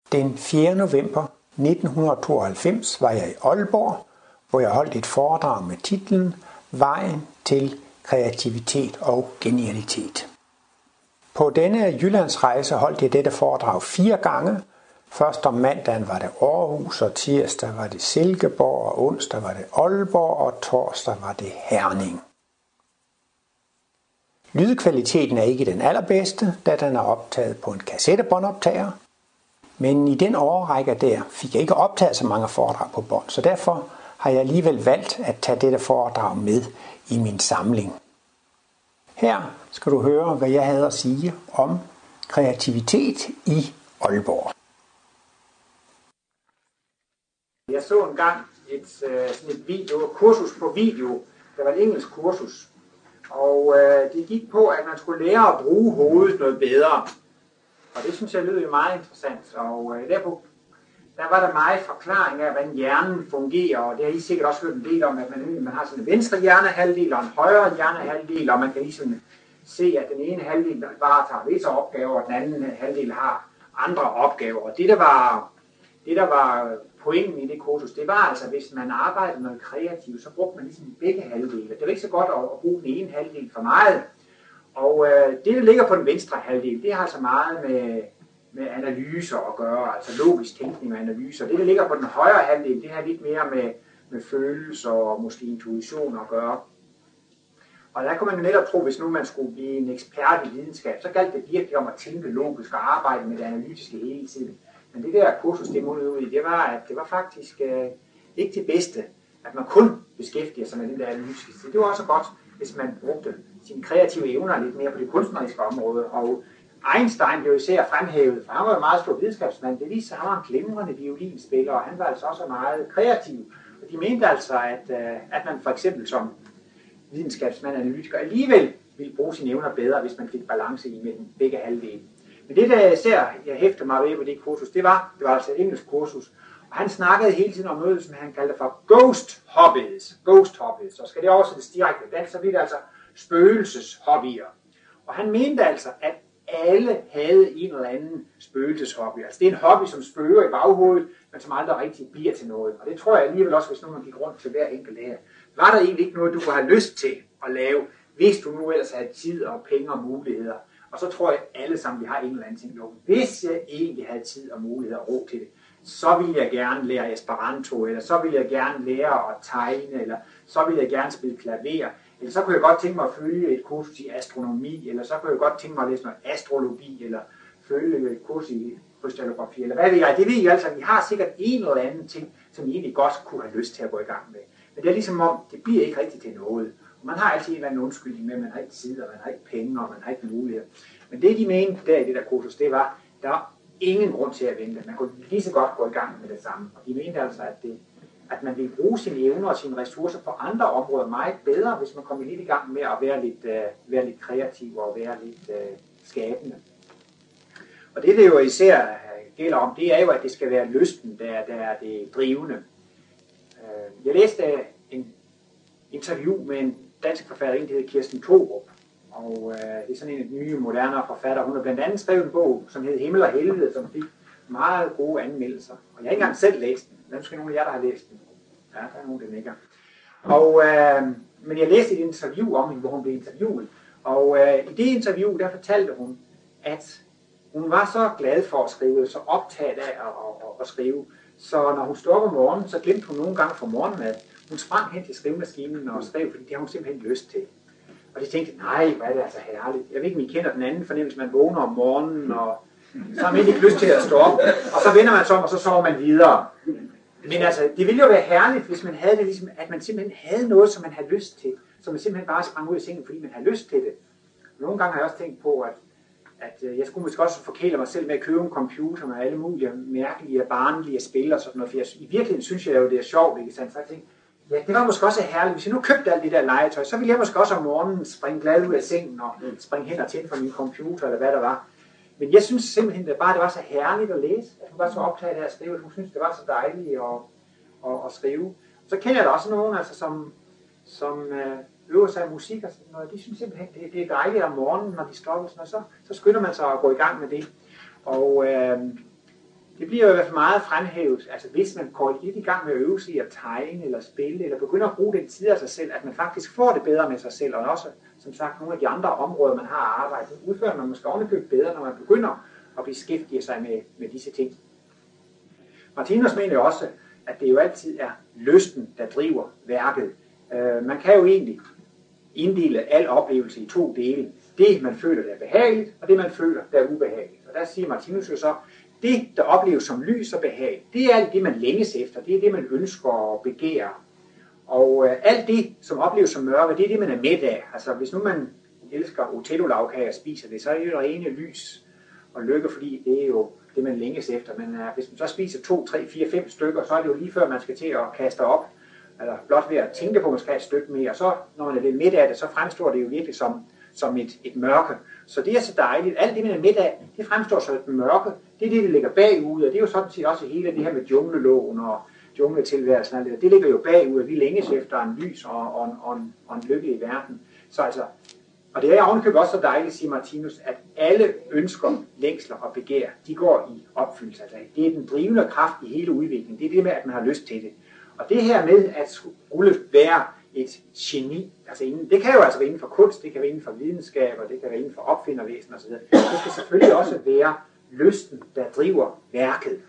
Den 4. november 1992 var jeg i Aalborg, hvor jeg holdt et foredrag med titlen Vejen til kreativitet og genialitet. På denne Jyllandsrejse holdt jeg dette foredrag 4 gange. Først om mandagen var det Aarhus, og tirsdag var det Silkeborg, og onsdag var det Aalborg, og torsdag var det Herning. Lydkvaliteten er ikke den allerbedste, da den er optaget på en kassettebåndoptager. Men i den årrække der fik jeg ikke optaget så mange foredrag på bånd, så derfor har jeg alligevel valgt at tage dette foredrag med i min samling. Her skal du høre, hvad jeg havde at sige om kreativitet i Aalborg. Jeg så engang et kursus på video. Det var et engelsk kursus. Og det gik på, at man skulle lære at bruge hovedet noget bedre. Og det synes jeg lød jo meget interessant. Og der var der meget forklaring af, hvordan hjernen fungerer. Og det har I sikkert også hørt en del om, at man har sådan en venstre hjernehalvdel og en højre hjernehalvdel. Og man kan ligesom se, at den ene halvdel bare tager visse opgaver, og den anden halvdel har andre opgaver. Og det der var pointen i det kursus, det var altså, hvis man arbejdede noget kreativt, så brugte man ligesom begge halvdele. Det var ikke så godt at bruge den ene halvdel for meget. Og det, der ligger på den venstre halvdel, det har altså meget med analyser at gøre, altså logisk tænkning og analyser. Det, der ligger på den højre halvdel, det har lidt mere med følelser og måske intuition at gøre. Og der kunne man jo netop tro, hvis nu man skulle blive en ekspert i videnskab, så galt det virkelig om at tænke logisk og arbejde med det analytiske hele tiden. Men det der kursus, det mundede ud i, det var, at det var faktisk ikke det bedste, at man kun beskæftiger sig med den der analytiske side. Det var også godt, hvis man brugte sine kreative evner lidt mere på det kunstneriske område. Og Einstein blev især fremhævet, for han var jo en meget stor videnskabsmand. Det viste sig, at han var en glimrende violinspiller, og han var altså også meget kreativ. Og de mente altså, at man for eksempel som videnskabsmand og analytiker alligevel ville bruge sine evner bedre, hvis man fik balance imellem begge halvdele. Men det, der især jeg hæftede mig ved på det kursus, det var altså et engelsk kursus. Og han snakkede hele tiden om noget, som han kaldte for ghost hobbies. Ghost hobbies. Og skal det oversættes direkte dansk, så bliver det altså spøgelseshobbyer. Og han mente altså, at alle havde en eller anden spøgelseshobby. Altså det er en hobby, som spøger i baghovedet, men som aldrig rigtig bliver til noget. Og det tror jeg alligevel også, hvis nu man gik rundt til hver enkelt her. Var der egentlig ikke noget, du kunne have lyst til at lave, hvis du nu ellers havde tid og penge og muligheder? Og så tror jeg alle sammen, vi har en eller anden ting. Jo, hvis jeg egentlig havde tid og mulighed og ro til det, så ville jeg gerne lære Esperanto, eller så ville jeg gerne lære at tegne, eller så ville jeg gerne spille klaver, eller så kunne jeg godt tænke mig at følge et kursus i astronomi, eller så kunne jeg godt tænke mig at læse noget astrologi, eller følge et kursus i krystallografi, eller hvad ved jeg. Det ved I altså, vi har sikkert en eller anden ting, som I egentlig godt kunne have lyst til at gå i gang med. Men det er ligesom om, det bliver ikke rigtigt til noget. Man har altid en eller anden undskyldning med, at man har ikke tid, og man har ikke penge, og man har ikke muligheder. Men det, de mente der i det der kursus, det var, der var ingen grund til at vente. Man kunne lige så godt gå i gang med det samme. Og de mente altså, at man ville bruge sine evner og sine ressourcer på andre områder meget bedre, hvis man kom lidt i gang med at være lidt kreativ og være lidt skabende. Og det jo især gælder om, det er jo, at det skal være lysten, der er det drivende. Jeg læste en interview med en dansk forfatter, der hedder Kirsten Thorup. Og det er sådan en af de nye, moderne forfatter. Hun har blandt andet skrevet en bog, som hedder Himmel og Helvede, som fik meget gode anmeldelser. Og jeg har ikke engang selv læst den. Der er måske nogle af jer, der har læst den. Ja, der er nogen, der nikker. Og, men jeg læste et interview om hende, hvor hun blev interviewet. Og i det interview, der fortalte hun, at hun var så glad for at skrive, så optaget af at skrive. Så når hun stod op om morgenen, så glemte hun nogle gange for morgenmad. Hun sprang hen til skrivemaskinen og skrev, fordi det har hun simpelthen lyst til. Og de tænkte, nej, hvor er det altså herligt. Jeg ved ikke, om I kender den anden fornemmelse, man vågner om morgenen, og så har man ikke lyst til at stå op. Og så vender man sig om, og så sover man videre. Men altså, det ville jo være herligt, hvis man havde det ligesom, at man simpelthen havde noget, som man havde lyst til. Så man simpelthen bare sprang ud af sengen, fordi man havde lyst til det. Nogle gange har jeg også tænkt på, at jeg skulle måske også forkæle mig selv med at købe en computer med alle mulige mærkelige, barnlige spil og sådan noget. For i virkeligheden synes jeg jo, det er sjovt, ikke sandt? Så jeg tænkte, ja, det var måske også herligt. Hvis jeg nu købte alt det der legetøj, så ville jeg måske også om morgenen springe glad ud af sengen og springe hen og tænde for min computer, eller hvad der var. Men jeg synes simpelthen, at det var så herligt at læse. At hun var så optaget af at skrive, at hun synes, det var så dejligt at skrive. Så kender jeg da også nogen, altså, som øver sig i musik og sådan noget. De synes simpelthen, det er dejligt om morgenen, når de står og sådan noget. Så skynder man sig at gå i gang med det. Og Det bliver jo i hvert fald meget fremhævet, altså hvis man går lidt i gang med at øve sig i at tegne eller spille, eller begynder at bruge den tid af sig selv, at man faktisk får det bedre med sig selv, og også, som sagt, nogle af de andre områder, man har arbejdet, udfører man måske ovenikøbet bedre, når man begynder at beskæftige sig med disse ting. Martinus mener jo også, at det jo altid er lysten, der driver værket. Man kan jo egentlig inddele al oplevelse i to dele. Det, man føler, der er behageligt, og det, man føler, der er ubehageligt. Og der siger Martinus jo så, det, der opleves som lys og behag, det er alt det, man længes efter. Det er det, man ønsker og begærer. Og alt det, som opleves som mørke, det er det, man er mæt af. Altså, hvis nu man elsker Otello-lavkage og spiser det, så er det jo rene lys og lykke, fordi det er jo det, man længes efter. Men hvis man så spiser 2, 3, 4, 5 stykker, så er det jo lige før, man skal til at kaste op. Eller blot ved at tænke på, at man skal have et stykke mere. Og så, når man er lidt midt af det, så fremstår det jo virkelig som et mørke. Så det er så dejligt. Alt det, man er midt af, det fremstår som et mørke. Det er det, der ligger bagud, og det er jo sådan set også hele det her med jungleloven og jungletilværelsen. Det ligger jo bagud, at vi længes efter en lys og en lykkelig verden. Så altså, og det er ovenikøbet også så dejligt, siger Martinus, at alle ønsker, længsler og begær, de går i opfyldelse. Altså, det er den drivende kraft i hele udviklingen. Det er det med, at man har lyst til det. Og det her med at skulle være et geni, altså det kan jo altså være inden for kunst, det kan være inden for videnskab, og det kan være inden for opfindervæsen osv. Det skal selvfølgelig også være lysten, der driver værket.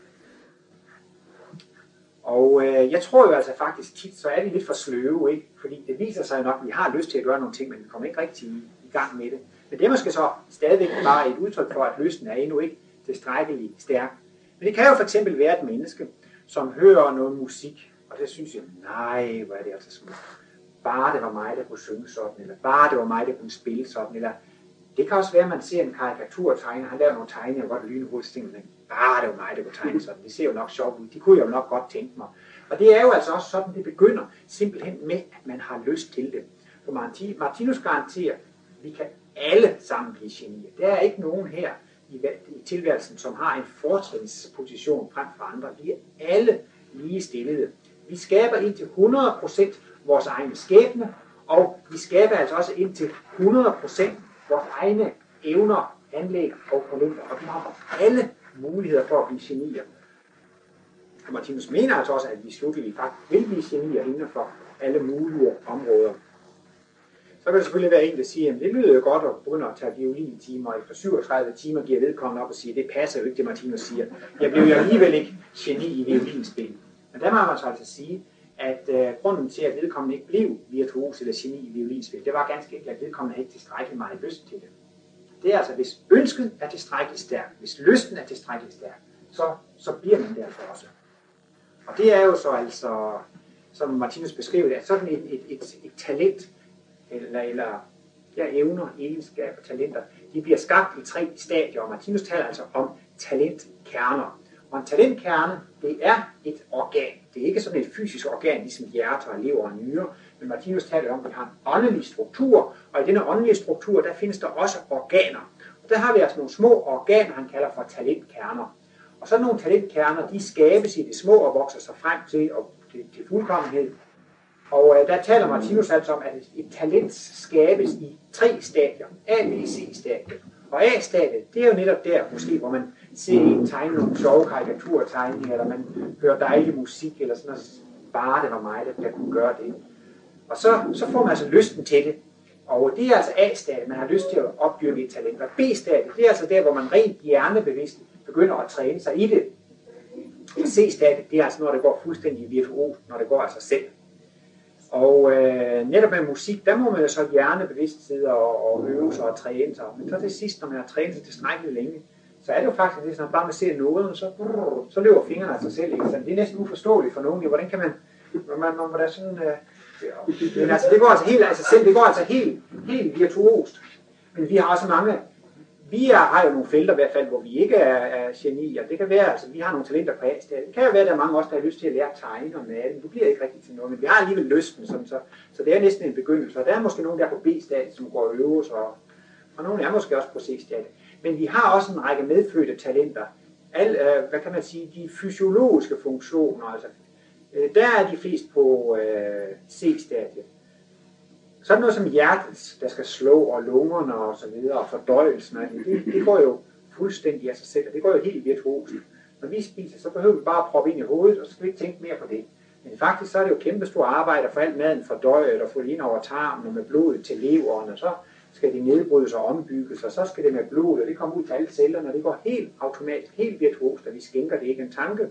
Og jeg tror jo altså faktisk tit, så er vi lidt for sløve, ikke? Fordi det viser sig nok, at vi har lyst til at gøre nogle ting, men vi kommer ikke rigtig i gang med det. Men det er måske så stadigvæk bare et udtryk for, at lysten er endnu ikke tilstrækkelig stærk. Men det kan jo for eksempel være et menneske, som hører noget musik, og det synes jeg, nej, hvor er det altså smukt. Bare det var mig, der kunne synge sådan, eller bare det var mig, der kunne spille sådan, eller det kan også være, at man ser en karikaturtegner, han laver nogle tegninger, hvor det lyner hos tingene. Bare det var mig, der kunne tegne sådan, det ser jo nok sjovt ud, det kunne jeg jo nok godt tænke mig. Og det er jo altså også sådan, det begynder, simpelthen med, at man har lyst til det. For Martinus garanterer, at vi kan alle sammen blive genier. Der er ikke nogen her i tilværelsen, som har en fortrinsposition frem for andre. Vi er alle lige stillede. Vi skaber indtil 100% vores egne skæbne, og vi skaber altså også indtil 100% vores egne evner, anlæg og talenter. Og vi har alle muligheder for at blive genier. Og Martinus mener altså også, at vi slutteligt faktisk vil blive genier inden for alle mulige områder. Så kan det selvfølgelig være en, der siger, at det lyder jo godt at begynde at tage violintimer, og efter 37 timer giver vedkommende op og siger, at det passer jo ikke, det Martinus siger. Jeg blev jo alligevel ikke geni i violinspil. Men der må man så altså sige, at grunden til, at vedkommende ikke blev virtuos eller geni i violinspil, det var ganske enkelt, at vedkommende havde ikke tilstrækkeligt meget lyst til det. Det er altså, hvis ønsket er tilstrækkeligt stærkt, hvis lysten er tilstrækkeligt stærk, så bliver man derfor også. Og det er jo så altså, som Martinus beskrev det, at sådan et talent, eller evner, egenskaber, talenter, de bliver skabt i 3 stadier, og Martinus taler altså om talentkerner. Og en talentkerne, det er et organ. Det er ikke sådan et fysisk organ, ligesom hjerter, lever og nyrer, men Martinus taler om, at vi har en åndelig struktur, og i denne åndelige struktur, der findes der også organer. Og der har vi altså nogle små organer, han kalder for talentkerner. Og sådan nogle talentkerner, de skabes i det små og vokser sig frem til fuldkommenhed. Og der taler Martinus altså om, at et talent skabes i 3 stadier. A, B, C stadiet. Og A-stadiet, det er jo netop der, måske, hvor man ser en tegne nogle sjove karikaturtegninger, eller man hører dejlig musik, eller sådan noget. Bare det var mig, der kunne gøre det. Og så får man altså lysten til det. Og det er altså A-stadiet, man har lyst til at opbygge et talent. Og B-stadiet, det er altså der, hvor man rent hjernebevidst begynder at træne sig i det. C-stadiet, det er altså, når det går fuldstændig virtuos, når det går af sig selv. Og netop med musik, der må man jo så hjernebevidst sidde og øve sig og træne sig. Men så til sidst, når man har trænet sig tilstrækkeligt længe, så er det jo faktisk det, når bare man ser noget, så løber fingrene af sig selv. Ikke? Så det er næsten uforståeligt for nogen. Hvordan kan man sådan... Men altså, det går altså helt af sig selv, det går altså helt virtuost. Men vi har også mange... Vi har jo nogle felter i hvert fald, hvor vi ikke er genier. Det kan være, altså vi har nogle talenter på A-stadiet. Det kan jo være, at der er mange også, der har lyst til at lære at tegne og male. Det bliver ikke rigtigt til noget, men vi har alligevel lysten. Så det er næsten en begyndelse. Og der er måske nogen, der er på B-stadiet, som går og øver sig. Og nogle er måske også på C-stadiet. Men vi har også en række medfødte talenter. Hvad kan man sige, de fysiologiske funktioner. Altså, der er de flest på C-stadiet. Sådan noget som hjertet, der skal slå, og lungerne og så videre, og fordøjelsen, det går jo fuldstændig af sig selv, og det går jo helt virtuost. når vi spiser, så behøver vi bare at proppe ind i hovedet, og så skal vi ikke tænke mere på det. Men faktisk så er det jo kæmpe store arbejde at få alt maden fordøjet, eller få det ind over tarmen og med blodet til leveren, og så skal det nedbrydes og ombygges, og så skal det med blodet, og det kommer ud til alle cellerne, og det går helt automatisk, helt virtuost, og vi skænker det ikke en tanke.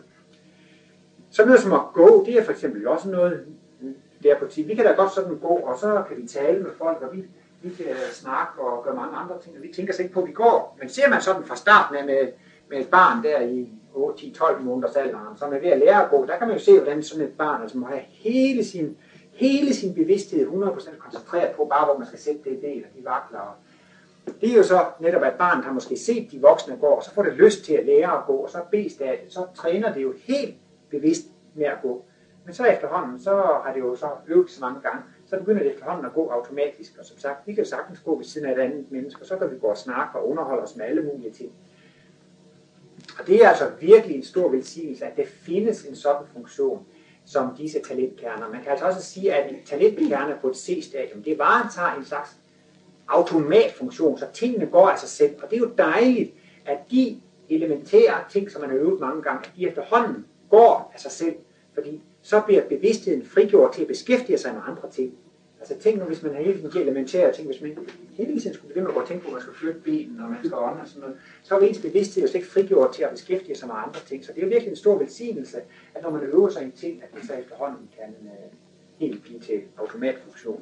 Så noget som at gå, det er for eksempel også noget, der på tid. Vi kan da godt sådan gå, og så kan vi tale med folk, og vi kan snakke og gøre mange andre ting, og vi tænker sig ikke på, at vi går. Men ser man sådan fra starten af med et barn der i 8, 10, 12 måneders alderen, som er ved at lære at gå, der kan man jo se, hvordan sådan et barn altså må have hele sin bevidsthed 100% koncentreret på, bare hvor man skal sætte det del, og de vakler. Det er jo så netop, at barnet har måske set de voksne gå, og så får det lyst til at lære at gå, og så så træner det jo helt bevidst med at gå. Men så efterhånden, så har det jo så øvet så mange gange, så begynder det efterhånden at gå automatisk. Og som sagt, vi kan sagtens gå ved siden af et andet menneske, og så kan vi gå og snakke og underholde os med alle mulige ting. Og det er altså virkelig en stor velsignelse, at der findes en sådan funktion som disse talentkerner. Man kan altså også sige, at en talentkerne på et C-stadium, det varetager en slags automatfunktion, så tingene går af sig selv. Og det er jo dejligt, at de elementære ting, som man har øvet mange gange, at de efterhånden går af sig selv, fordi så bliver bevidstheden frigjort til at beskæftige sig med andre ting. Altså tænk nu, hvis man hele tiden de elementære ting, hvis man hele tiden skulle begynde at gå og tænke på, at man skal flytte benen, og man skal ånde og sådan noget, så er ens bevidsthed jo ikke frigjort til at beskæftige sig med andre ting. Så det er jo virkelig en stor velsignelse, at når man øver sig i en ting, at det så efterhånden kan helt blive til automatfunktion.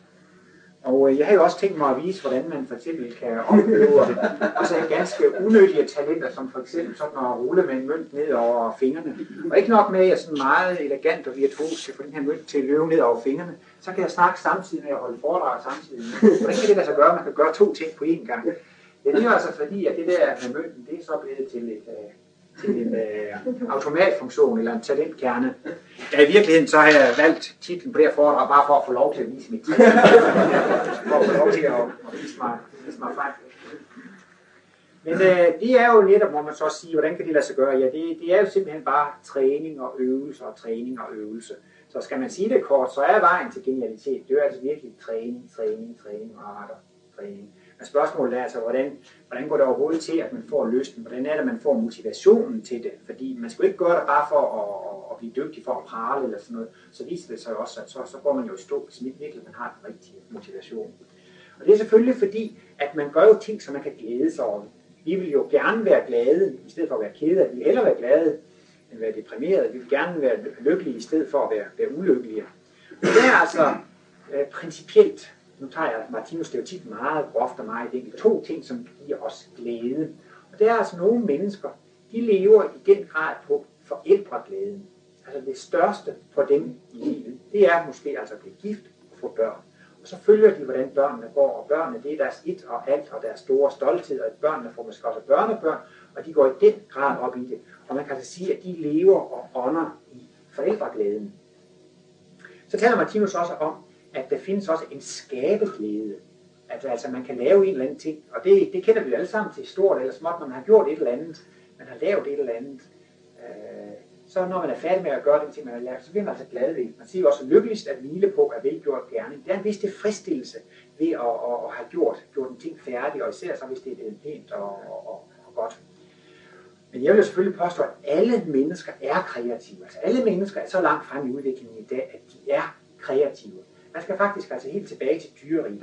Og jeg har jo også tænkt mig at vise, hvordan man for eksempel kan opøve også ganske unødige talenter, som for eksempel sådan at rulle med en mønt ned over fingrene. Og ikke nok med, at jeg sådan meget elegant og virtuos skal få den her mønt til at løbe ned over fingrene, så kan jeg snakke samtidig med at holde foredrag samtidig. Hvordan kan det lade sig gøre? Man kan gøre 2 ting på én gang. Ja, det er altså fordi, at det der med mønten, det er så blevet til en automatfunktion eller en talentkerne. Ja, i virkeligheden så har jeg valgt titlen på det her foredrag bare for at få lov til at vise mit talent. For at få lov til at vise mig frem. Men det er jo netop, må man så sige, hvordan kan det lade sig gøre? Ja, det er jo simpelthen bare træning og øvelse og træning og øvelse. Så skal man sige det kort, så er vejen til genialitet, det er jo altså virkelig træning og ret og træning. Men spørgsmålet er altså, hvordan går det overhovedet til, at man får lysten? Hvordan er det, man får motivationen til det? Fordi man skal jo ikke gøre det bare for at blive dygtig, for at prale eller sådan noget. Så viser det sig også, at så går man jo i stå, hvis man virkelig har den rigtige motivation. Og det er selvfølgelig fordi, at man gør jo ting, som man kan glæde sig over. Vi vil jo gerne være glade, i stedet for at være kede. Vi vil hellere være glade, end være deprimerede. Vi vil gerne være lykkelige, i stedet for at være ulykkelige. Og det er altså principielt. Nu tager jeg Martinus stereotyp meget groft og meget enkelt. 2 ting, som giver os glæde. Og det er altså nogle mennesker, de lever i den grad på forældreglæden. Altså det største for dem i livet, det er måske altså at blive gift og få børn. Og så følger de, hvordan børnene går, og børnene, det er deres et og alt og deres store stolthed, og børnene får måske også børnebørn, og de går i den grad op i det. Og man kan altså sige, at de lever og ånder i forældreglæden. Så taler Martinus også om, at der findes også en skabeglæde. At altså man kan lave en eller anden ting, og det kender vi jo alle sammen til stort eller småt, når man har gjort et eller andet, man har lavet et eller andet. Så når man er færdig med at gøre den ting, man har lavet, så bliver man altså glad ved. Man siger jo også lykkeligst at hvile på at velgjort gerning. Det er en vis tilfredsstillelse ved at have gjort en ting færdig, og især så hvis det er pænt og godt. Men jeg vil selvfølgelig påstå, at alle mennesker er kreative. Altså alle mennesker er så langt frem i udviklingen i dag, at de er kreative. Man skal faktisk altså helt tilbage til dyreriget.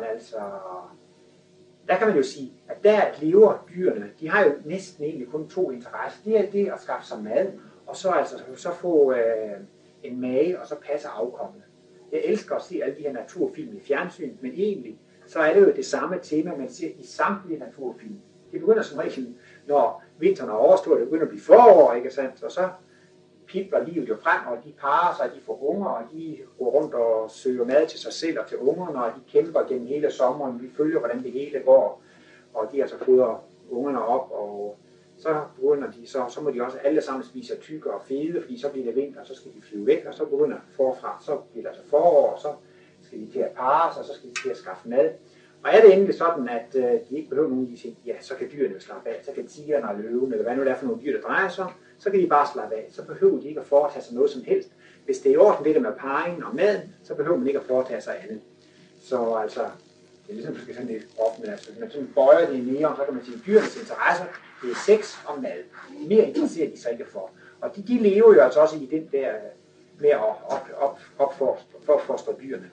Der kan man jo sige, at der lever dyrene. De har jo næsten egentlig kun 2 interesser. Det er det at skaffe sig mad, og så få en mage, og så passe afkommet. Jeg elsker at se alle de her naturfilm i fjernsyn, men egentlig så er det jo det samme tema, man ser i samtlige naturfilm. Det begynder som regel, når vinteren er overstået, det begynder at blive forår, ikke sandt? Og så pipler livet jo frem, og de parer sig, de får unger, og de går rundt og søger mad til sig selv og til ungerne, og de kæmper gennem hele sommeren. Vi følger, hvordan det hele går, og de altså fodrer ungerne op, og så begynder de, så må de også alle sammen spise tykke og fede, fordi så bliver det vinter, og så skal de flyve væk, og så begynder forfra, så bliver det altså forår, og så skal de til at parre sig, og så skal de til at skaffe mad. Og er det endelig sådan, at de ikke behøver nogen af de ting, ja, så kan dyrene jo slappe af, så kan tigerne og løven, eller hvad nu det er for nogle dyr, der drejer sig om, så kan de bare slappe af, så behøver de ikke at foretage sig noget som helst. Hvis det er i orden det der med parringen og maden, så behøver man ikke at foretage sig andet. Så altså, det er ligesom, du skal sådan lidt groft, men altså, hvis man sådan bøjer det i nære, så kan man sige, at dyrenes interesser, Det er sex og mad. Mere interesserer de sig ikke for. Og de lever jo altså også i den der med at opfostre dyrene.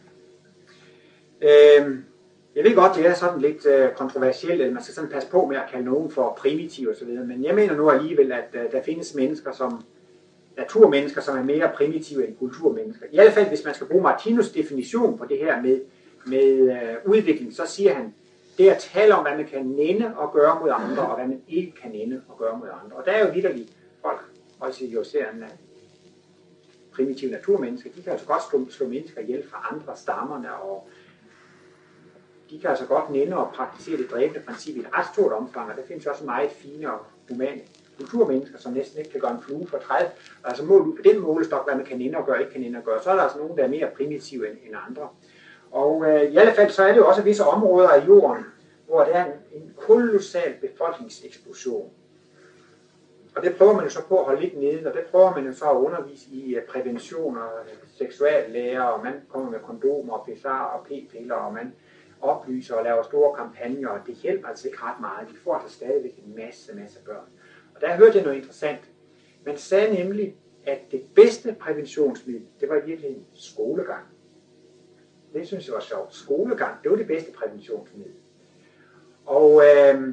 Jeg ved godt, det er sådan lidt kontroversielt, eller man skal sådan passe på med at kalde nogen for primitiv og så videre, men jeg mener nu alligevel, at der findes mennesker, som naturmennesker, som er mere primitive end kulturmennesker. I hvert fald, hvis man skal bruge Martinus definition på det her med udvikling, så siger han, det er at tale om, hvad man kan nænde og gøre mod andre, og hvad man ikke kan nænde og gøre mod andre. Og der er jo vitterligt folk, også jo ser en primitive naturmennesker, de kan altså godt slå mennesker ihjel fra andre stammerne, og de kan altså godt nænde og praktisere det dræbende princip i et ret stort omfang, og der findes også meget fine og humane kulturmennesker, som næsten ikke kan gøre en flue for træet. Altså mål ud på den målestok, hvad man kan nænde og gøre, ikke kan nænde og gøre, så er der altså nogen, der er mere primitive end andre. Og i alle fald så er det jo også visse områder af jorden, hvor der er en kolossal befolkningseksplosion. Og det prøver man jo så på at holde lidt nede, og det prøver man jo så at undervise i prævention og seksuallære, og man kommer med kondomer og pessar og p-piller, og man oplyser og laver store kampagner, og det hjælper altså ikke ret meget. De får altså stadigvæk en masse børn. Og der hørte jeg noget interessant. Man sagde nemlig, at det bedste præventionsmiddel, det var i virkeligheden skolegang. Det synes jeg var sjovt. Skolegang, det var det bedste præventionsmiddel. Og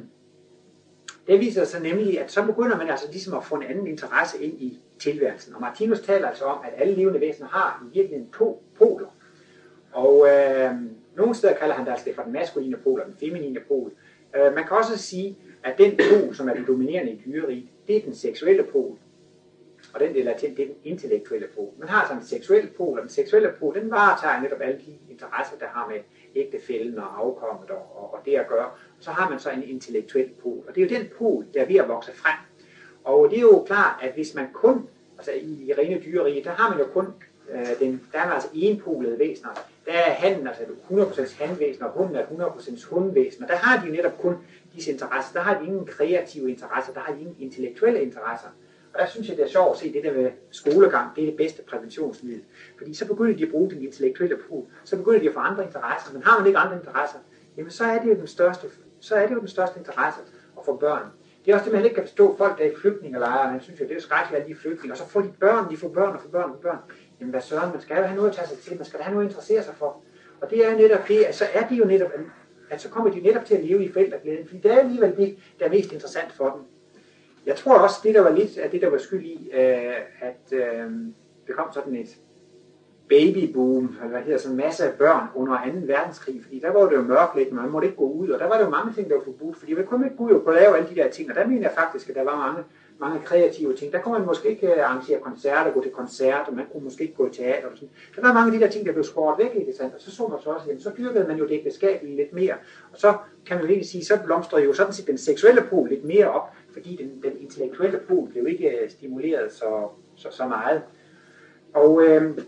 det viser sig nemlig, at så begynder man altså ligesom at få en anden interesse ind i tilværelsen. Og Martinus taler altså om, at alle levende væsener har i virkeligheden 2 poler. Og nogle steder kalder han det altså det for den maskuline pol og den feminine pol. Man kan også sige, at den pol, som er den dominerende i dyreriget, det er den seksuelle pol. Og den del af det er den intellektuelle pol. Man har altså en seksuel pol, og den seksuelle pol, den varetager netop alle de interesser, der har med ægtefælden og afkommet og det at gøre. Og så har man så en intellektuel pol, og det er jo den pol, der er ved at vokse frem. Og det er jo klart, at hvis man kun, altså i rene dyrerige, der har man jo kun, der er man altså enpolede væsener. Der er hannen altså 100% handvæsen, og hunden er 100% hundvæsen, og der har de jo netop kun disse interesser. Der har de ingen kreative interesser, der har de ingen intellektuelle interesser. Og der synes jeg, det er sjovt at se det der med skolegang, det er det bedste præventionsmiddel. Fordi så begynder de at bruge den intellektuelle pol, så begynder de at få andre interesser, men har man ikke andre interesser, jamen så er det jo den største interesse at få børn. Det er også det, man ikke kan forstå, folk der er i flygtningelejre, man synes jo, det er skrækkeligt, at de er flygtninge, og så får de børn, får børn. Jamen hvad søren, man skal jo have noget at tage sig til, man skal have noget at interessere sig for. Og det er jo netop det, at så er de jo netop, at så kommer de netop til at leve i forældreglæden, fordi det er alligevel det, der er mest interessant for dem. Jeg tror også, det der var lidt af det, der var skyld i, at der kom sådan et babyboom, eller hvad hedder, sådan en masse af børn under 2. verdenskrig, fordi der var det jo mørklægt, man måtte ikke gå ud, og der var det jo mange ting, der var forbudt, fordi man kunne ikke gå ud og lave alle de der ting, og der mener jeg faktisk, at der var mange kreative ting. Der kunne man måske ikke arrangere koncerter, gå til koncerter, man kunne måske ikke gå i teater og sådan. Der var mange af de der ting, der blev skåret væk, ikke sandt? Og så man så også, jamen, så dyrkede man jo det ægteskabelige lidt mere, og så kan man jo egentlig sige, så blomstrede jo sådan set den seksuelle pol lidt mere op, fordi den intellektuelle pol blev ikke stimuleret så meget. Og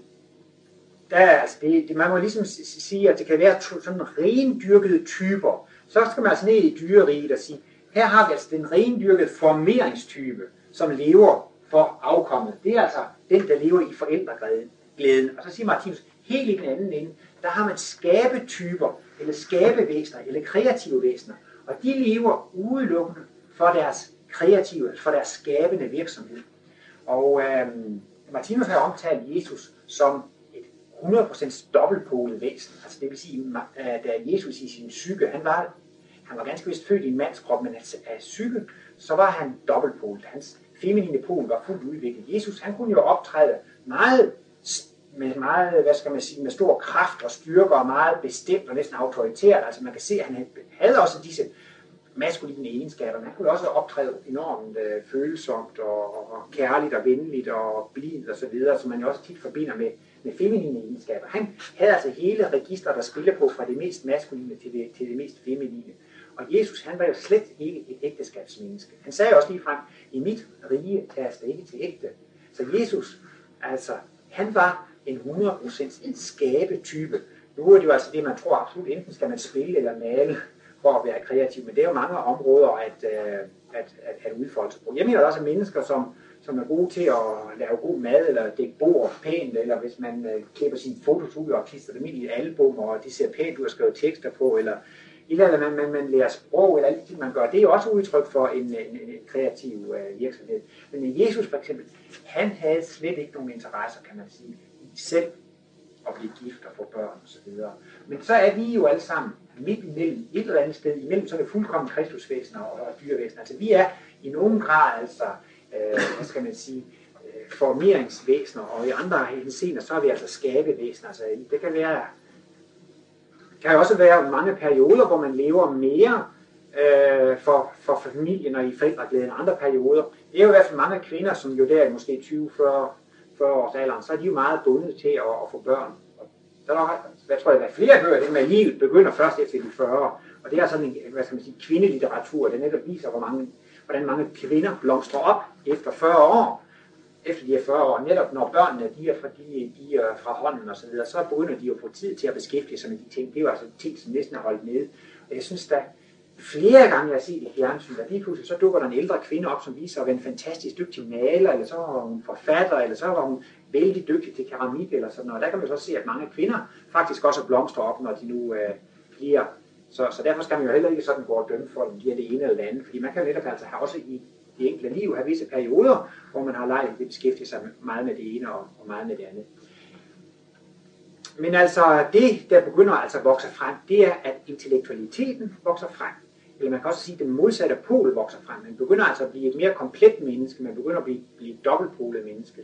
altså man må ligesom sige, at det kan være sådan rendyrkede typer. Så skal man altså ned i dyreriget og sige, her har vi altså den rendyrkede formeringstype, som lever for afkommet. Det er altså den, der lever i forældreglæden. Og så siger Martinus, helt i den anden ende, der har man skabetyper, eller skabevæsener, eller kreative væsener. Og de lever udelukkende for deres kreative, for deres skabende virksomhed. Og Martinus har omtalt Jesus som et 100% dobbeltpolet væsen. Altså det vil sige, da Jesus i sin psyke, han var ganske vist født i en mandskrop, men af psyke, så var han dobbeltpolet. Hans feminine pol var fuldt udviklet. Jesus, han kunne jo optræde med meget, hvad skal man sige, med stor kraft og styrke og meget bestemt og næsten autoritært. Altså man kan se, at han havde også disse maskuline egenskaber. Han kunne også optræde enormt følsomt og kærligt og venligt og blidt og så videre, som man jo også tit forbinder med feminine egenskaber. Han havde altså hele registret, der spiller på fra det mest maskuline til det mest feminine. Og Jesus, han var jo slet ikke et ægteskabsmenneske. Han sagde også lige frem, i mit rige tages det ikke til ægte. Så Jesus, altså, han var en 100% en skabetype. Nu er det jo altså det, man tror absolut, enten skal man spille eller male for at være kreativ, men det er jo mange områder at udfolde sig på. Jeg mener også, at mennesker, som er gode til at lave god mad, eller dække bord pænt, eller hvis man klipper sine fotos ud og klister dem ind i et album, og de ser pænt ud og skriver tekster på, eller eller at man lærer sprog, eller alt det, man gør. Det er også udtryk for en kreativ virksomhed. Men Jesus for eksempel, han havde slet ikke nogen interesser, kan man sige, i selv at blive gift og få børn osv. Men så er vi jo alle sammen midt imellem, et eller andet sted imellem sådan et fuldkommen kristusvæsen og dyrevæsen. Altså vi er i nogen grad, altså, hvad skal man sige, formeringsvæsener, og i andre henseender, så er vi altså skabevæsener. Altså, det kan jo også være mange perioder, hvor man lever mere for familien og i forældreglæden end andre perioder. Det er jo i hvert fald mange kvinder, som jo der måske 20-40 års alderen, så er de jo meget bundet til at få børn. Der er, jeg tror, der er flere bøger, det med livet begynder først efter de 40. Og det er sådan en, hvad skal man sige, kvindelitteratur, der netop viser, hvordan mange kvinder blomstrer op efter 40 år. Efter de er 40 år, netop når børnene de er fra hånden og så videre, så begynder de at få tid til at beskæftige sig med de ting. Det er jo altså ting, som næsten er holdt nede. Og jeg synes da, flere gange jeg har set i fjernsyn, at lige pludselig så dukker der en ældre kvinde op, som viser at være en fantastisk dygtig maler, eller så var hun forfatter, eller så var hun vældig dygtig til keramik, eller sådan noget. Der kan man så se, at mange kvinder faktisk også blomstrer op, når de nu bliver. Så derfor skal man jo heller ikke sådan gå og dømme folk, om de er det ene eller det andet, fordi man kan jo netop altså have også i det enkelte liv have visse perioder, hvor man har lejlighed til at beskæftige sig meget med det ene og meget med det andet. Men altså det, der begynder altså at vokse frem, det er, at intellektualiteten vokser frem. Eller man kan også sige, at den modsatte pol vokser frem. Man begynder altså at blive et mere komplet menneske, man begynder at blive et dobbeltpolet menneske.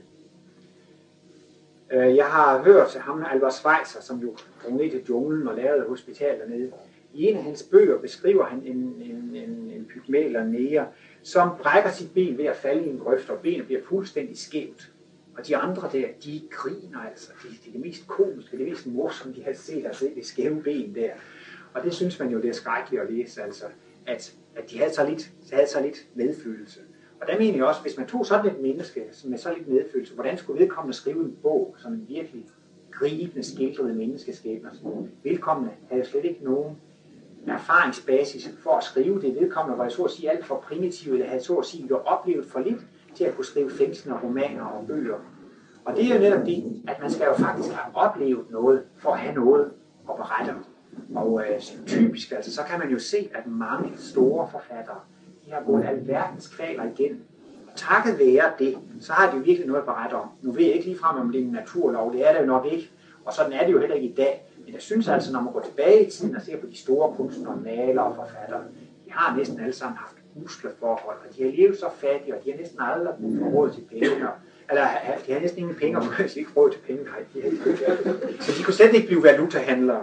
Jeg har hørt ham, Albert Schweitzer, som jo drog ned til junglen og lavede et hospital dernede. I en af hans bøger beskriver han en pygmæ eller en neger, som brækker sit ben ved at falde i en grøft, og benet bliver fuldstændig skævt. Og de andre der, de griner altså. Det er det mest komiske, det mest morsomme, de har set, altså det skæve ben der. Og det synes man jo, det er skrækkeligt at læse, altså, at de havde så lidt medfølelse. Og der mener jeg også, hvis man tog sådan et menneske med så lidt medfølelse, hvordan skulle vedkommende skrive en bog, som en virkelig gribende skildrede menneskeskæbner? Vedkommende havde slet ikke nogen erfaringsbasis for at skrive det. Vedkommende var så at sige alt for primitiv, eller havde så at sige oplevet for lidt til at kunne skrive fængslende romaner og bøger. Og det er jo netop det, at man skal jo faktisk have oplevet noget, for at have noget at berette om. Og typisk, altså, så kan man jo se, at mange store forfattere, de har gået alverdens kvaler igen. Og takket være det, så har de jo virkelig noget at berette om. Nu ved jeg ikke ligefrem, om det er en naturlov, det er det jo nok ikke. Og sådan er det jo heller ikke i dag. Men jeg synes altså, når man går tilbage i tiden og ser på de store kunstnere, malere og forfattere, de har næsten alle sammen haft usle forhold, og de har levet så fattige, og de har næsten aldrig råd til penge. Eller de har næsten ingen penge, og de har ikke råd til penge. Så de kunne slet ikke blive valutahandlere.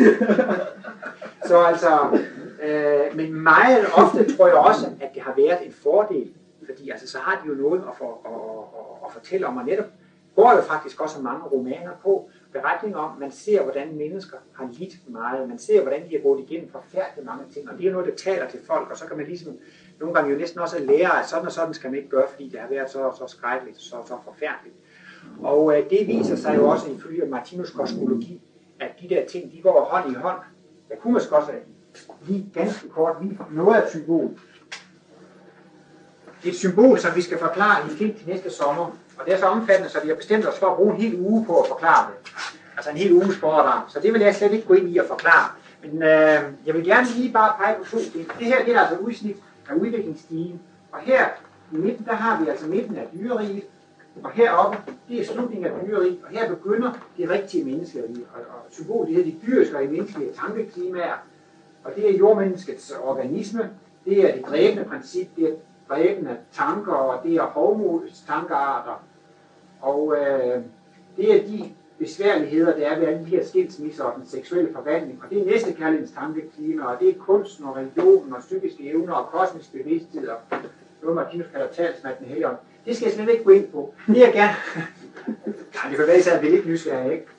Så altså, men meget ofte tror jeg også, at det har været en fordel, fordi altså, så har de jo noget at fortælle om, og netop går jo faktisk også mange romaner på, beretninger om, man ser, hvordan mennesker har lidt meget, man ser, hvordan de har gået igennem forfærdeligt mange ting, og det er noget, der taler til folk, og så kan man ligesom nogle gange jo næsten også lære, at sådan og sådan skal man ikke gøre, fordi det har været så skrækkeligt, så forfærdeligt. Og det viser sig jo også ifølge Martinus kosmologi, at de der ting, de går hånd i hånd. Der kunne man også lige ganske kort lige noget af et symbol. Det er et symbol, som vi skal forklare i en film til næste sommer. Og det er så omfattende, så vi har bestemt os for at bruge en hel uge på at forklare det. Altså en hel uges foredrag. Så det vil jeg slet ikke gå ind i at forklare. Men jeg vil gerne lige bare pege på to ting. Det her det er altså udsnit af udviklingsstigen. Og her i midten, der har vi altså midten af dyreriget. Og heroppe, det er slutningen af dyreriget. Og her begynder det rigtige menneskeliv. Og symbolet hedder de dyriske og menneskelige tankeklimaer. Og det er jordmenneskets organisme. Det er det dræbende princip. Det er dræbende tanker, og det er hovmodets tankearter. Og det er de besværligheder, der er ved alle de her skilsmisser og den seksuelle forvandling. Og det er næstekærlighedens tankeklima, og det er kunsten og religionen og psykiske evner og kosmisk bevidsthed og noget, Martinus kalder talsmanden helligånd. Det skal jeg slet ikke gå ind på. Det er gerne... Nej, det kan være, at jeg er lidt nysgerrig, ikke?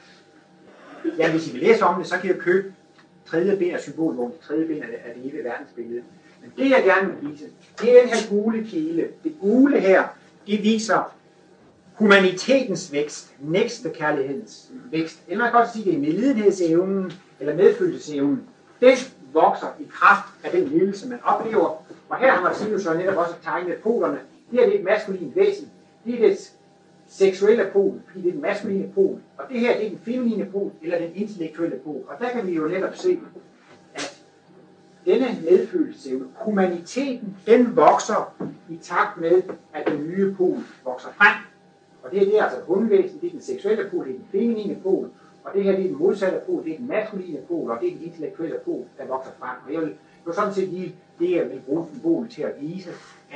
Ja, hvis I vil læse om det, så kan jeg købe tredje ben af symbolvognen, tredje ben af det evige verdensbillede. Men det jeg gerne vil vise, det er den her gule kile. Det gule her, det viser humanitetens vækst, næstekærlighedens vækst. Eller man kan også sige, det er medlidenhedsevnen, eller medfølelsesevnen. Den vokser i kraft af den lidelse, man oplever. Og her har Martinus så netop også tegnet polerne. Det er et maskulint væsen. Det er det seksuelle pol, fordi det er den maskuline pol. Og det her det er den feminine pol, eller den intellektuelle pol. Og der kan vi jo netop se, at denne medfølelsesevne, humaniteten, den vokser i takt med, at den nye pol vokser frem. Og det er altså grundvæsen, det er den seksuelle pol, det er den feminine pol, og det her det er den modsatte pol, det er den maskuline pol, og det er den intellektuelle pol, der vokser frem. Og jeg vil jo sådan set lige det, jeg vil bruge symbolen til at vise,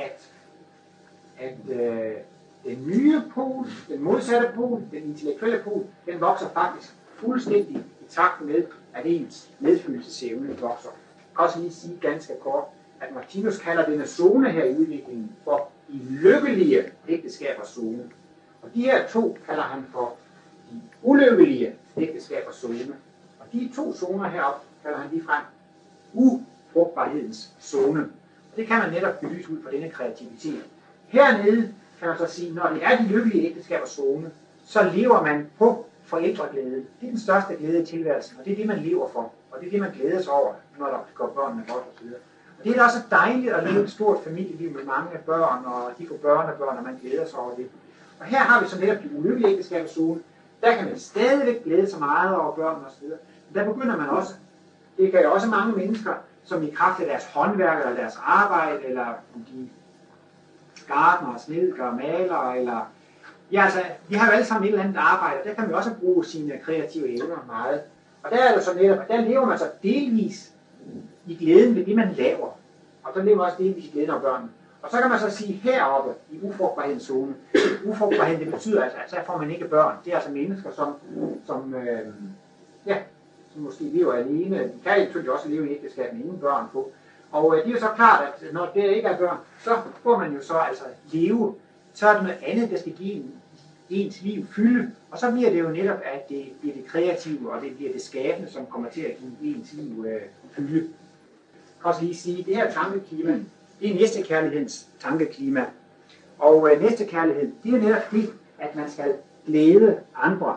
at den nye pol, den modsatte pol, den intellektuelle pol, den vokser faktisk fuldstændig i takt med, at ens medfølelsesevne vokser. Jeg kan også lige sige ganske kort, at Martinus kalder denne zone her i udviklingen for de lykkelige ægteskabers zone. Og de her to kalder han for de ulykkelige ægteskabers zone. Og de to zoner heroppe kalder han ligefrem ufrugtbarhedens zone. Og det kan man netop belyse ud fra denne kreativitet. Hernede kan man så sige, når det er de lykkelige ægteskabers zone, så lever man på forældreglæde. Det er den største glæde i tilværelsen, og det er det, man lever for. Og det er det, man glæder sig over, når der går børnene godt osv. Og det er da også dejligt at leve et stort familieliv med mange børn, og de får børnebørn, og man glæder sig over det. Og her har vi så netop de ulykkelige ægteskabers zone. Der kan man stadigvæk glæde sig meget over børn osv. Men der begynder man også, det kan jo også mange mennesker, som i kraft af deres håndværk eller deres arbejde, eller de gartnere, snedkere, malere, eller ja, altså, vi har jo alle sammen et eller andet arbejde, og der kan man også bruge sine kreative evner meget. Og der er det så netop, der lever man så delvis i glæden ved det, man laver. Og der lever man også delvis i glæden af børnene. Og så kan man så sige heroppe i ufrugtbarhedens zone. Ufrugtbarheden, det betyder altså, at så får man ikke børn. Det er altså mennesker, som måske lever alene. De kan selvfølgelig også leve i ægteskab med ingen børn på. Og det er jo så klart, at når det ikke er børn, så får man jo så altså leve. Så er det noget andet, der skal give ens liv fylde. Og så bliver det jo netop, at det bliver det kreative, og det bliver det skabende, som kommer til at give ens liv fylde. Jeg kan også lige sige, at det her tankeklima, det er næstekærlighedens tankeklima. Og næstekærlighed, det er netop det, at man skal glæde andre.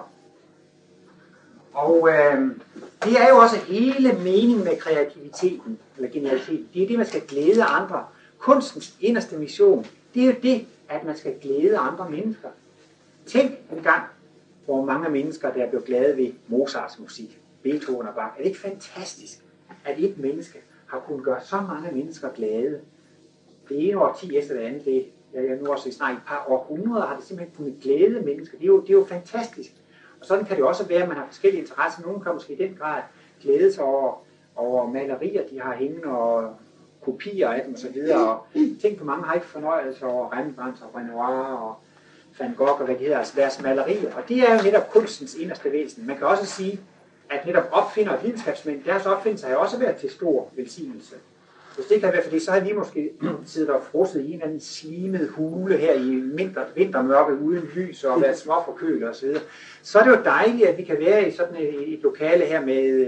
Og det er jo også hele meningen med kreativiteten, eller genialiteten. Det er det, man skal glæde andre. Kunstens inderste mission, det er jo det, at man skal glæde andre mennesker. Tænk en gang, hvor mange mennesker, der blev glade ved Mozarts musik, Beethoven og Bach. Er det ikke fantastisk, at et menneske har kunnet gøre så mange mennesker glade? Det ene årti efter det andet, det er nu også snart et par århundreder, har det simpelthen kunnet glæde mennesker. Det er jo fantastisk. Og sådan kan det også være, at man har forskellige interesser. Nogle kan måske i den grad glæde sig over malerier, de har hængende, og kopier af dem osv. Og tænk på, mange har ikke fornøjelse over Rembrandt og Renoir og Van Gogh og hvad det hedder, altså deres malerier. Og det er jo netop kunstens inderste væsen. Man kan også sige, at netop opfinder og videnskabsmænd, deres opfindelser har også været til stor velsignelse. Hvis det kan være, fordi så har vi måske siddet og frosset i en eller anden slimet hule her i vintermørke uden lys og været småforkølet osv. Så er det jo dejligt, at vi kan være i sådan et lokale her med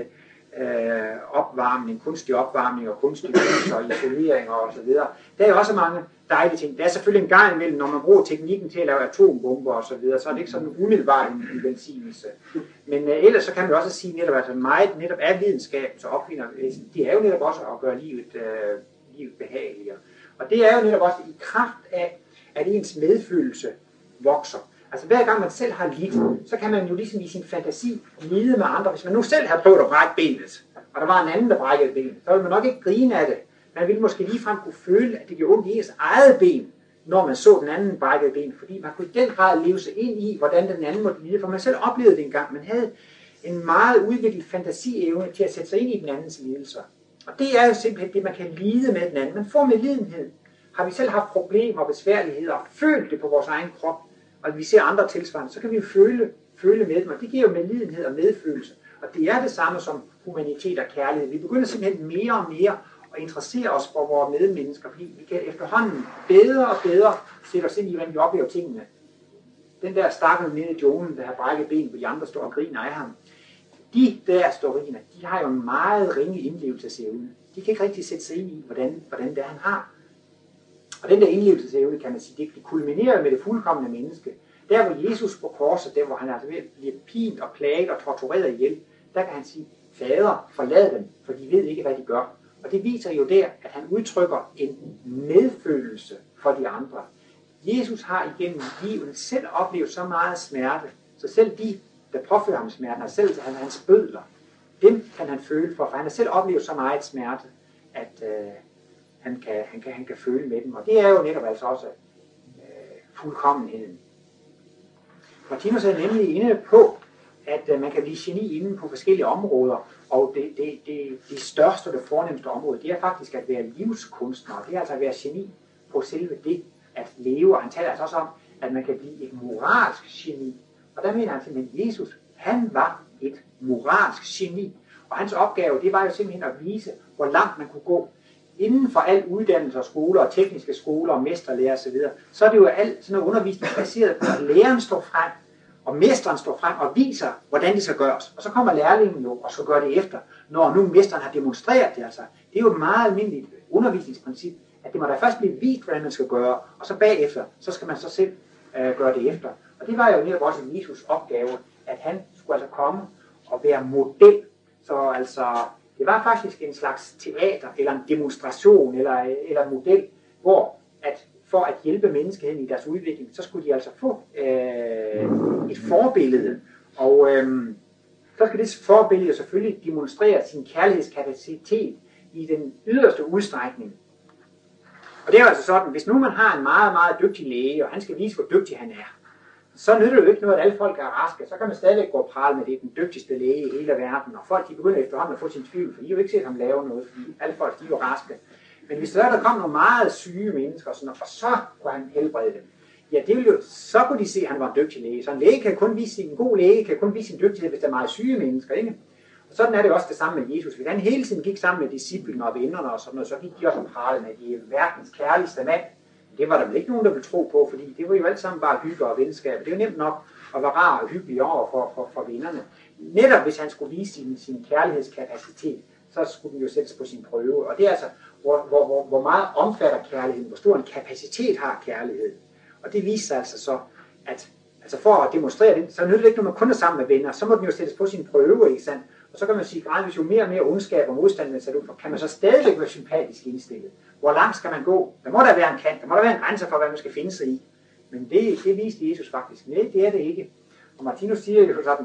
opvarmning, kunstig opvarmning og kunstig lys og isolering og så videre. Der er jo også mange dejlige ting. Der er selvfølgelig en gang imellem, når man bruger teknikken til at lave atombomber og så videre, så er det ikke sådan umiddelbart en velsignelse. Men ellers så kan man også sige netop, at meget netop af videnskaben, så opfinder det er jo netop også at gøre livet behageligere. Og det er jo netop også i kraft af, at ens medfølelse vokser. Altså hver gang man selv har lidt, så kan man jo ligesom i sin fantasi lide med andre. Hvis man nu selv har prøvet at brække benet, og der var en anden, der brækkede benet, så vil man nok ikke grine af det. Man ville måske ligefrem kunne føle, at det gjorde ondt i ens eget ben, når man så den anden brækkede ben. Fordi man kunne i den grad leve sig ind i, hvordan den anden måtte lide. For man selv oplevede det engang. Man havde en meget udviklet fantasievne til at sætte sig ind i den andens lidelser. Og det er jo simpelthen det, man kan lide med den anden. Man får med lidenhed. Har vi selv haft problemer og besværligheder og følt det på vores egen krop, og vi ser andre tilsvarende, så kan vi jo føle med dem, og det giver jo medlidenhed og medfølelse. Og det er det samme som humanitet og kærlighed. Vi begynder simpelthen mere og mere at interessere os for vores medmennesker, fordi vi kan efterhånden bedre og bedre sætte os ind i, hvordan vi oplever tingene. Den der stakkels nede i junglen, der har brækket ben, hvor de andre står og griner af ham. De der storiner, de har jo en meget ringe indlevelsesevne. De kan ikke rigtig sætte sig ind i, hvordan det er, han har. Og den der indlevelsesevne, kan man sige, det kulminerer med det fuldkomne menneske. Der hvor Jesus på korset, der hvor han altså bliver pint og plaget og tortureret ihjel, der kan han sige, Fader, forlad dem, for de ved ikke, hvad de gør. Og det viser jo der, at han udtrykker en medfølelse for de andre. Jesus har igennem livet selv oplevet så meget smerte, så selv de, der påfører ham smerten, og selv hans bødler, dem kan han føle for han har selv oplevet så meget smerte, at han kan føle med dem. Og det er jo netop altså også fuldkommenheden. Martinus er nemlig inde på, at man kan blive geni inden på forskellige områder, og det største og det fornemmeste område, det er faktisk at være livskunstner. Det er altså at være geni på selve det at leve. Og han taler altså også om, at man kan blive et moralsk geni. Og der mener han simpelthen, at Jesus, han var et moralsk geni. Og hans opgave, det var jo simpelthen at vise, hvor langt man kunne gå. Inden for al uddannelse og skoler og tekniske skoler og mesterlærer osv., så er det jo alt sådan noget undervisning baseret på, at læreren står frem, og mesteren står frem og viser, hvordan det skal gøres. Og så kommer lærlingen jo og skal gøre det efter, når nu mesteren har demonstreret det. Altså. Det er jo et meget almindeligt undervisningsprincip, at det må da først blive vist, hvordan man skal gøre, og så bagefter, så skal man så selv gøre det efter. Og det var jo netop også Jesus opgave, at han skulle altså komme og være model. Så altså, det var faktisk en slags teater, eller en demonstration, eller en model, hvor at for at hjælpe menneskeheden i deres udvikling, så skulle de altså få et forbillede. Og så skal det forbillede selvfølgelig demonstrere sin kærlighedskapacitet i den yderste udstrækning. Og det er altså sådan, hvis nu man har en meget, meget dygtig læge, og han skal vise, hvor dygtig han er, så nytter det jo ikke noget, at alle folk er raske. Så kan man stadigvæk gå og prale med, det er den dygtigste læge i hele verden. Og folk de begynder efterhånden at få sin tvivl, for de har jo ikke set ham lave noget, fordi alle folk de er jo raske. Men hvis der kom nogle meget syge mennesker, og så kunne han helbrede dem, ja, det ville jo, så kunne de se, at han var en dygtig læge. Så en læge kan kun vise en god læge, kan kun vise sin dygtighed, hvis der er meget syge mennesker, ikke? Og sådan er det også det samme med Jesus. Hvis han hele tiden gik sammen med disciplene og vennerne og sådan noget, så gik de også og prale med, at de er verdens kærligste mand. Det var der vel ikke nogen, der ville tro på, fordi det var jo alt sammen bare hygge og venskab. Det er jo nemt nok at være rar og hyggelig over for vennerne. Netop hvis han skulle vise sin kærlighedskapacitet, så skulle den jo sættes på sin prøve. Og det er altså, hvor meget omfatter kærligheden, hvor stor en kapacitet har kærlighed. Og det viser sig altså så, at altså for at demonstrere det, så nytter det ikke, når man kun er sammen med venner, så må den jo sættes på sin prøve, ikke sandt? Og så kan man sige, at jo mere og mere ondskab og modstand man sætter ud for, kan man så stadigvæk være sympatisk indstillet. Hvor langt skal man gå? Der må der være en kant, der må der være en grænse for, hvad man skal finde sig i. Men det viste Jesus faktisk. Nej, det er det ikke. Og Martinus siger jo sådan,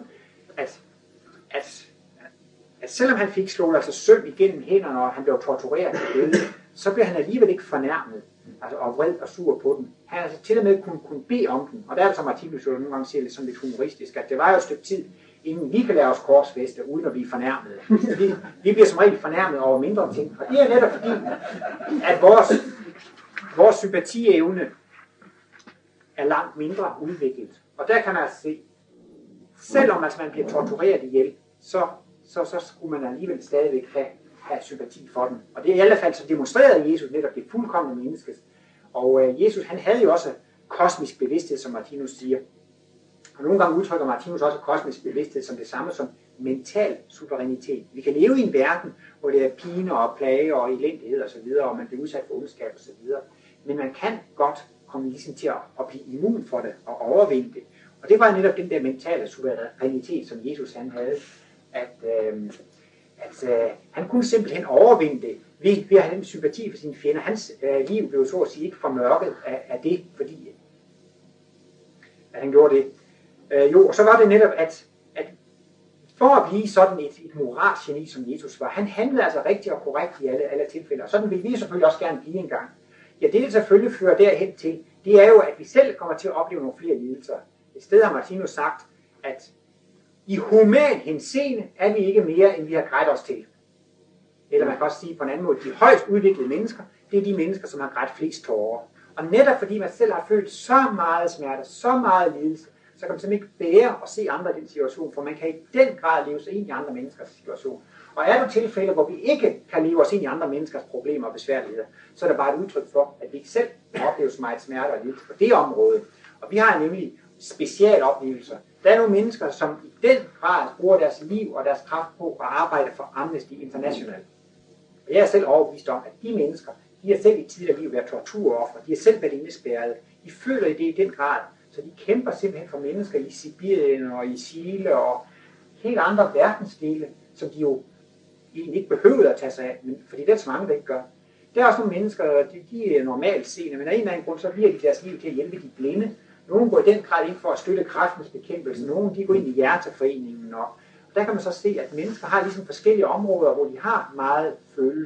at selvom han fik slået altså søm igennem hænderne, og han blev tortureret til døde, så blev han alligevel ikke fornærmet, altså og vred og sur på den. Han altså til og med kunne bede om den. Og der er altså Martinus jo nogle gange siger lidt, sådan lidt humoristisk, at det var jo et stykke tid, inden vi kan lave os korsfæste, uden at blive fornærmet. Vi bliver som regel fornærmet over mindre ting. Og det er netop fordi, at vores sympatievne er langt mindre udviklet. Og der kan man altså se, selvom altså man bliver tortureret ihjel, så skulle man alligevel stadigvæk have sympati for den. Og det er i alle fald så demonstrerede Jesus netop det fuldkomne menneske. Og Jesus, han havde jo også kosmisk bevidsthed, som Martinus siger. Og nogle gange udtrykker Martinus også kosmisk bevidsthed som det samme som mental suverænitet. Vi kan leve i en verden, hvor det er pine og plage og elendighed osv., og man bliver udsat for ondskab osv. Men man kan godt komme ligesom til at blive immun for det og overvinde det. Og det var netop den der mentale suverænitet, som Jesus han havde, at han kunne simpelthen overvinde det ved at have den sympati for sine fjender. Hans liv blev så at sige ikke formørket af det, fordi at han gjorde det. Og så var det netop, at for at blive sådan et moralgeni, som Jesus var, han handlede altså rigtigt og korrekt i alle tilfælde, og sådan vil vi selvfølgelig også gerne blive engang. Ja, det selvfølgelig fører derhen til, det er jo, at vi selv kommer til at opleve nogle flere lidelser. Et sted har Martinus sagt, at i human henseende er vi ikke mere, end vi har grædt os til. Eller man kan også sige på en anden måde, de højst udviklede mennesker, det er de mennesker, som har grædt flest tårer. Og netop fordi man selv har følt så meget smerte, så meget lidelse, så kan man simpelthen ikke bære at se andre i den situation, for man kan i den grad leve sig ind i andre menneskers situation. Og er der tilfælde, hvor vi ikke kan leve os ind i andre menneskers problemer og besværligheder, så er det bare et udtryk for, at vi ikke selv oplever så meget smerte og lidelse på det område. Og vi har nemlig specialoplevelser. Der er nogle mennesker, som i den grad bruger deres liv og deres kraft på at arbejde for Amnesty International. Og jeg er selv overbevist om, at de mennesker, de har selv i tidligere liv været torturoffer, de har selv været indespærret. De føler det i den grad, så de kæmper simpelthen for mennesker i Sibirien og i Chile og helt andre verdensdele, som de jo egentlig ikke behøvede at tage sig af, men fordi det er så mange, der ikke gør. Der er også nogle mennesker, de er normalt seende, men af en eller anden grund, så bliver de deres liv til at hjælpe de blinde. Nogle går i den grad ind for at støtte kræftens bekæmpelse, nogle de går ind i hjerteforeningen, og der kan man så se, at mennesker har ligesom forskellige områder, hvor de har meget følelse.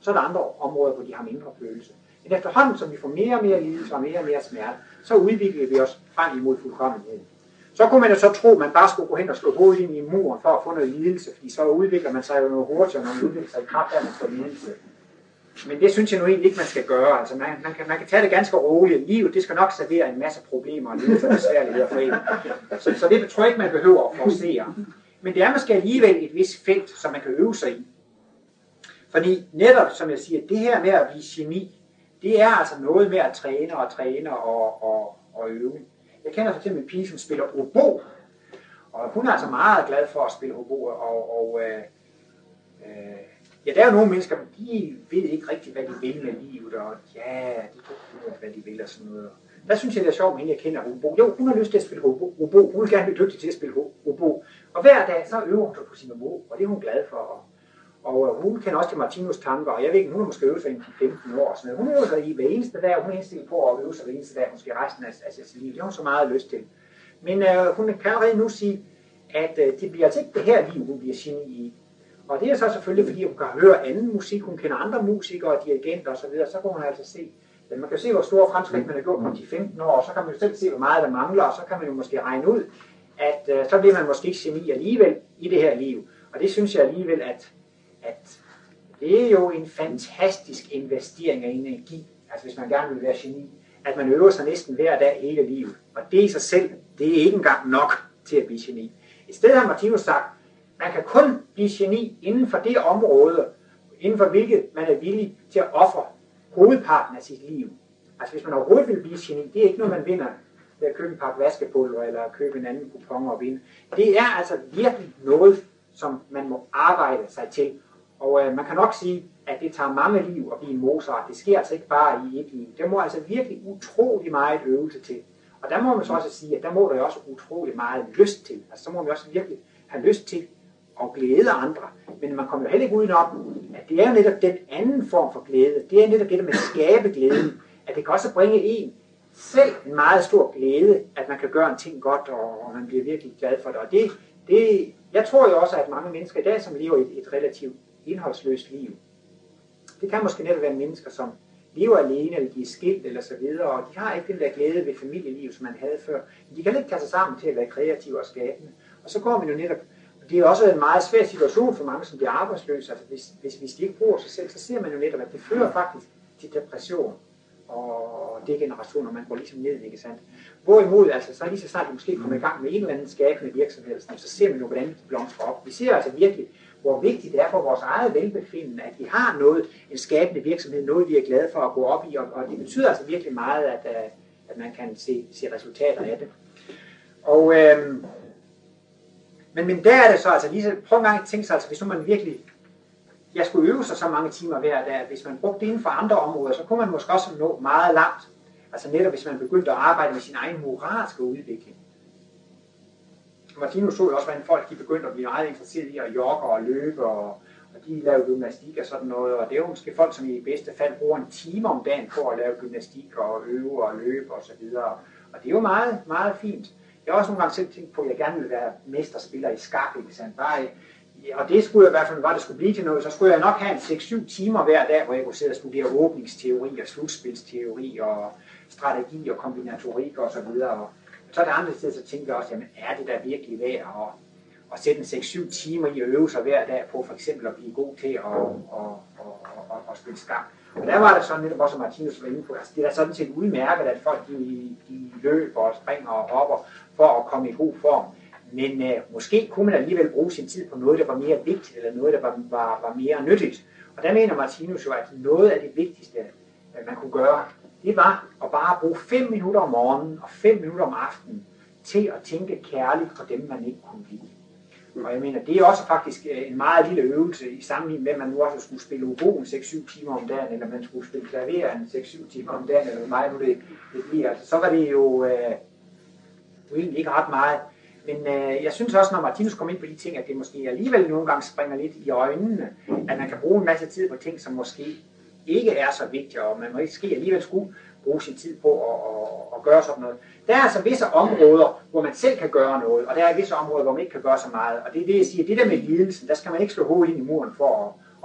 Så er der andre områder, hvor de har mindre følelse. Men efterhånden, som vi får mere og mere lidelse og mere smerte, så udvikler vi os frem imod fuldkommenhed. Så kunne man jo så tro, at man bare skulle gå hen og slå hovedet ind i muren for at få noget lidelse, fordi så udvikler man sig jo noget hurtigere, når man udvikler sig i kraft af, at man får lidelse. Men det synes jeg nu egentlig ikke, man skal gøre. Altså man kan tage det ganske roligt. Livet, det skal nok servere en masse problemer og lidelse og besværligheder for en. Så det tror jeg ikke, man behøver at forcere. Men det er måske alligevel et vist felt, som man kan øve sig i. Fordi netop, som jeg siger, det her med at blive geni, det er altså noget med at træne og øve. Jeg kender for eksempel en pige, som spiller obo, og hun er altså meget glad for at spille obo, ja, der er jo nogle mennesker, de ved ikke rigtigt, hvad de vil med livet, og ja, de kan ikke hvad de vil og sådan noget. Der synes jeg, det er sjovt med hende, jeg kender obo. Jo, hun har lyst til at spille obo, hun vil gerne blive dygtig til at spille obo, og hver dag, så øver hun sig på sin obo, og det er hun glad for. Og hun kender også til Martinus tanker, og jeg ved ikke, hun har måske øvet sig i 15 år. Sådan noget. Hun øver sig i hver eneste dag, og hun er indstillet på at øve sig hver eneste dag, måske resten af sit liv. Det har hun så meget lyst til. Men hun kan allerede nu sige, at det bliver altså ikke det her liv, hun bliver geni i. Og det er så selvfølgelig, fordi hun kan høre anden musik, hun kender andre musikere, dirigenter osv., så kan hun altså se, at man kan se, hvor store fremskridt man har gjort på de 15 år, og så kan man jo selv se, hvor meget der mangler, og så kan man jo måske regne ud, at så bliver man måske ikke geni alligevel i det her liv. Og det synes jeg alligevel, at det er jo en fantastisk investering af energi, altså hvis man gerne vil være geni, at man øver sig næsten hver dag hele livet. Og det i sig selv, det er ikke engang nok til at blive geni. I stedet har Martinus sagt, man kan kun blive geni inden for det område, inden for hvilket man er villig til at ofre hovedparten af sit liv. Altså hvis man overhovedet vil blive geni, det er ikke noget, man vinder ved at købe en pakke vaskepulver eller købe en anden kupon og vinde. Det er altså virkelig noget, som man må arbejde sig til. Og man kan nok sige, at det tager mange liv at blive en Mozart. Det sker altså ikke bare i et liv. Der må altså virkelig utrolig meget øvelse til. Og der må man så også sige, at der må der jo også utrolig meget lyst til. Altså så må man også virkelig have lyst til at glæde andre. Men man kommer jo heller ikke udenom, at det er jo netop den anden form for glæde. Det er netop det der med at skabe glæde. At det kan også bringe en selv en meget stor glæde, at man kan gøre en ting godt, og man bliver virkelig glad for det. Og jeg tror jo også, at mange mennesker i dag, som lever et relativt indholdsløst liv, det kan måske netop være mennesker, som lever alene, eller de er skilt, eller så videre, og de har ikke den der glæde ved familieliv, som man havde før. Men de kan ikke tage sig sammen til at være kreative og skabende. Og så går man jo netop, det er også en meget svær situation for mange, som bliver arbejdsløse. Altså hvis de ikke bruger sig selv, så ser man jo netop, at det fører faktisk til depression og degeneration, og man går ligesom ned, ikke sandt? Hvorimod, altså, så lige så snart de måske kommer i gang med en eller anden skabende virksomhed, så ser man jo, hvordan de blomstrer op. Vi ser altså virkelig, hvor vigtigt det er for vores eget velbefindende, at vi har noget, en skabende virksomhed, noget vi er glade for at gå op i, og det betyder altså virkelig meget, at man kan se resultater af det. Og, men der er det så, altså lige så, prøv en gang at tænke sig, altså hvis nu man virkelig, jeg skulle øve sig så mange timer hver dag, hvis man brugte det inden for andre områder, så kunne man måske også nå meget langt. Altså netop hvis man begyndte at arbejde med sin egen moralske udvikling. Martinus så jo også, hvordan folk de begyndte at blive meget interesseret i at jogge og løbe, og de lavede gymnastik og sådan noget, og det er jo måske folk, som i bedste fald bruger en time om dagen på at lave gymnastik og øve og løbe og så videre. Og det er jo meget, meget fint. Jeg har også nogle gange selv tænkt på, at jeg gerne ville være mesterspiller i skak, ikke sandt? Og det skulle jeg i hvert fald, var det skulle blive til noget, så skulle jeg nok have en 6-7 timer hver dag, hvor jeg kunne sidde og studere åbningsteori og slutspilsteori og strategi og kombinatorik og så videre. Og så er det andre steder, så tænker jeg også, jamen er det da virkelig værd at sætte en 6-7 timer i at øve sig hver dag på for eksempel at blive god til at spille skak. Og der var det sådan netop også, Martinus var inde på, altså det er da sådan set udmærket, at folk de løber og springer og hopper for at komme i god form. Men måske kunne man alligevel bruge sin tid på noget, der var mere vigtigt, eller noget, der var mere nyttigt. Og der mener Martinus jo, at noget af det vigtigste, man kunne gøre, det var at bare bruge 5 minutter om morgenen og 5 minutter om aftenen til at tænke kærligt på dem, man ikke kunne lide. Og jeg mener, det er også faktisk en meget lille øvelse i sammenligning med, at man nu også skulle spille oboen 6-7 timer om dagen, eller man skulle spille klaver 6-7 timer om dagen, eller meget nu det bliver. Altså, så var det jo egentlig ikke ret meget. Men jeg synes også, når Martinus kommer ind på de ting, at det måske alligevel nogle gange springer lidt i øjnene, at man kan bruge en masse tid på ting, som måske ikke er så vigtige, og man måske alligevel skulle bruge sin tid på at gøre sådan noget. Der er altså visse områder, hvor man selv kan gøre noget, og der er visse områder, hvor man ikke kan gøre så meget. Og det er det, jeg siger, det der med lidelsen, der skal man ikke slå hovedet ind i muren for at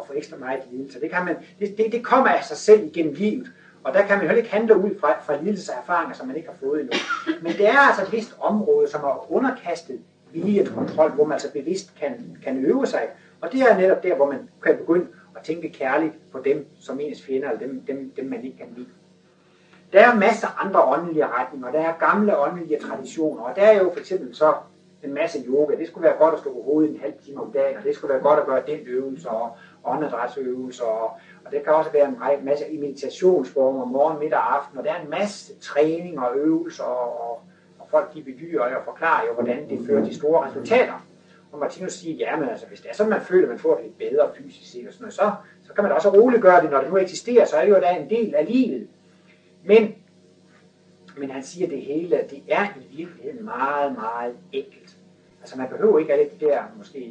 få ekstra meget lidelse. Det kommer af sig selv igennem livet. Og der kan man jo heller ikke handle ud fra lidelseserfaringer, som man ikke har fået endnu. Men det er altså et vist område, som er underkastet viljens kontrol, hvor man altså bevidst kan øve sig. Og det er netop der, hvor man kan begynde at tænke kærligt på dem, som ens fjender, eller dem man ikke kan lide. Der er masser af andre åndelige retninger, der er gamle åndelige traditioner, og der er jo for eksempel så en masse yoga. Det skulle være godt at stå på hovedet en halv time om dagen, og det skulle være godt at gøre den øvelse, og åndedrætsøvelser, og det kan også være en masse meditationsformer, morgen, middag og aften, og der er en masse træning og øvelser, og folk de bedyrer og forklarer jo, hvordan det fører til store resultater. Og Martinus siger, ja, men altså, hvis det er sådan, man føler, at man får det lidt bedre fysisk set, og sådan noget, så kan man da også roligt gøre det, når det nu eksisterer, så er det jo da en del af livet. Men han siger, at det hele, det er i virkeligheden meget, meget enkelt. Altså man behøver ikke alle de der, måske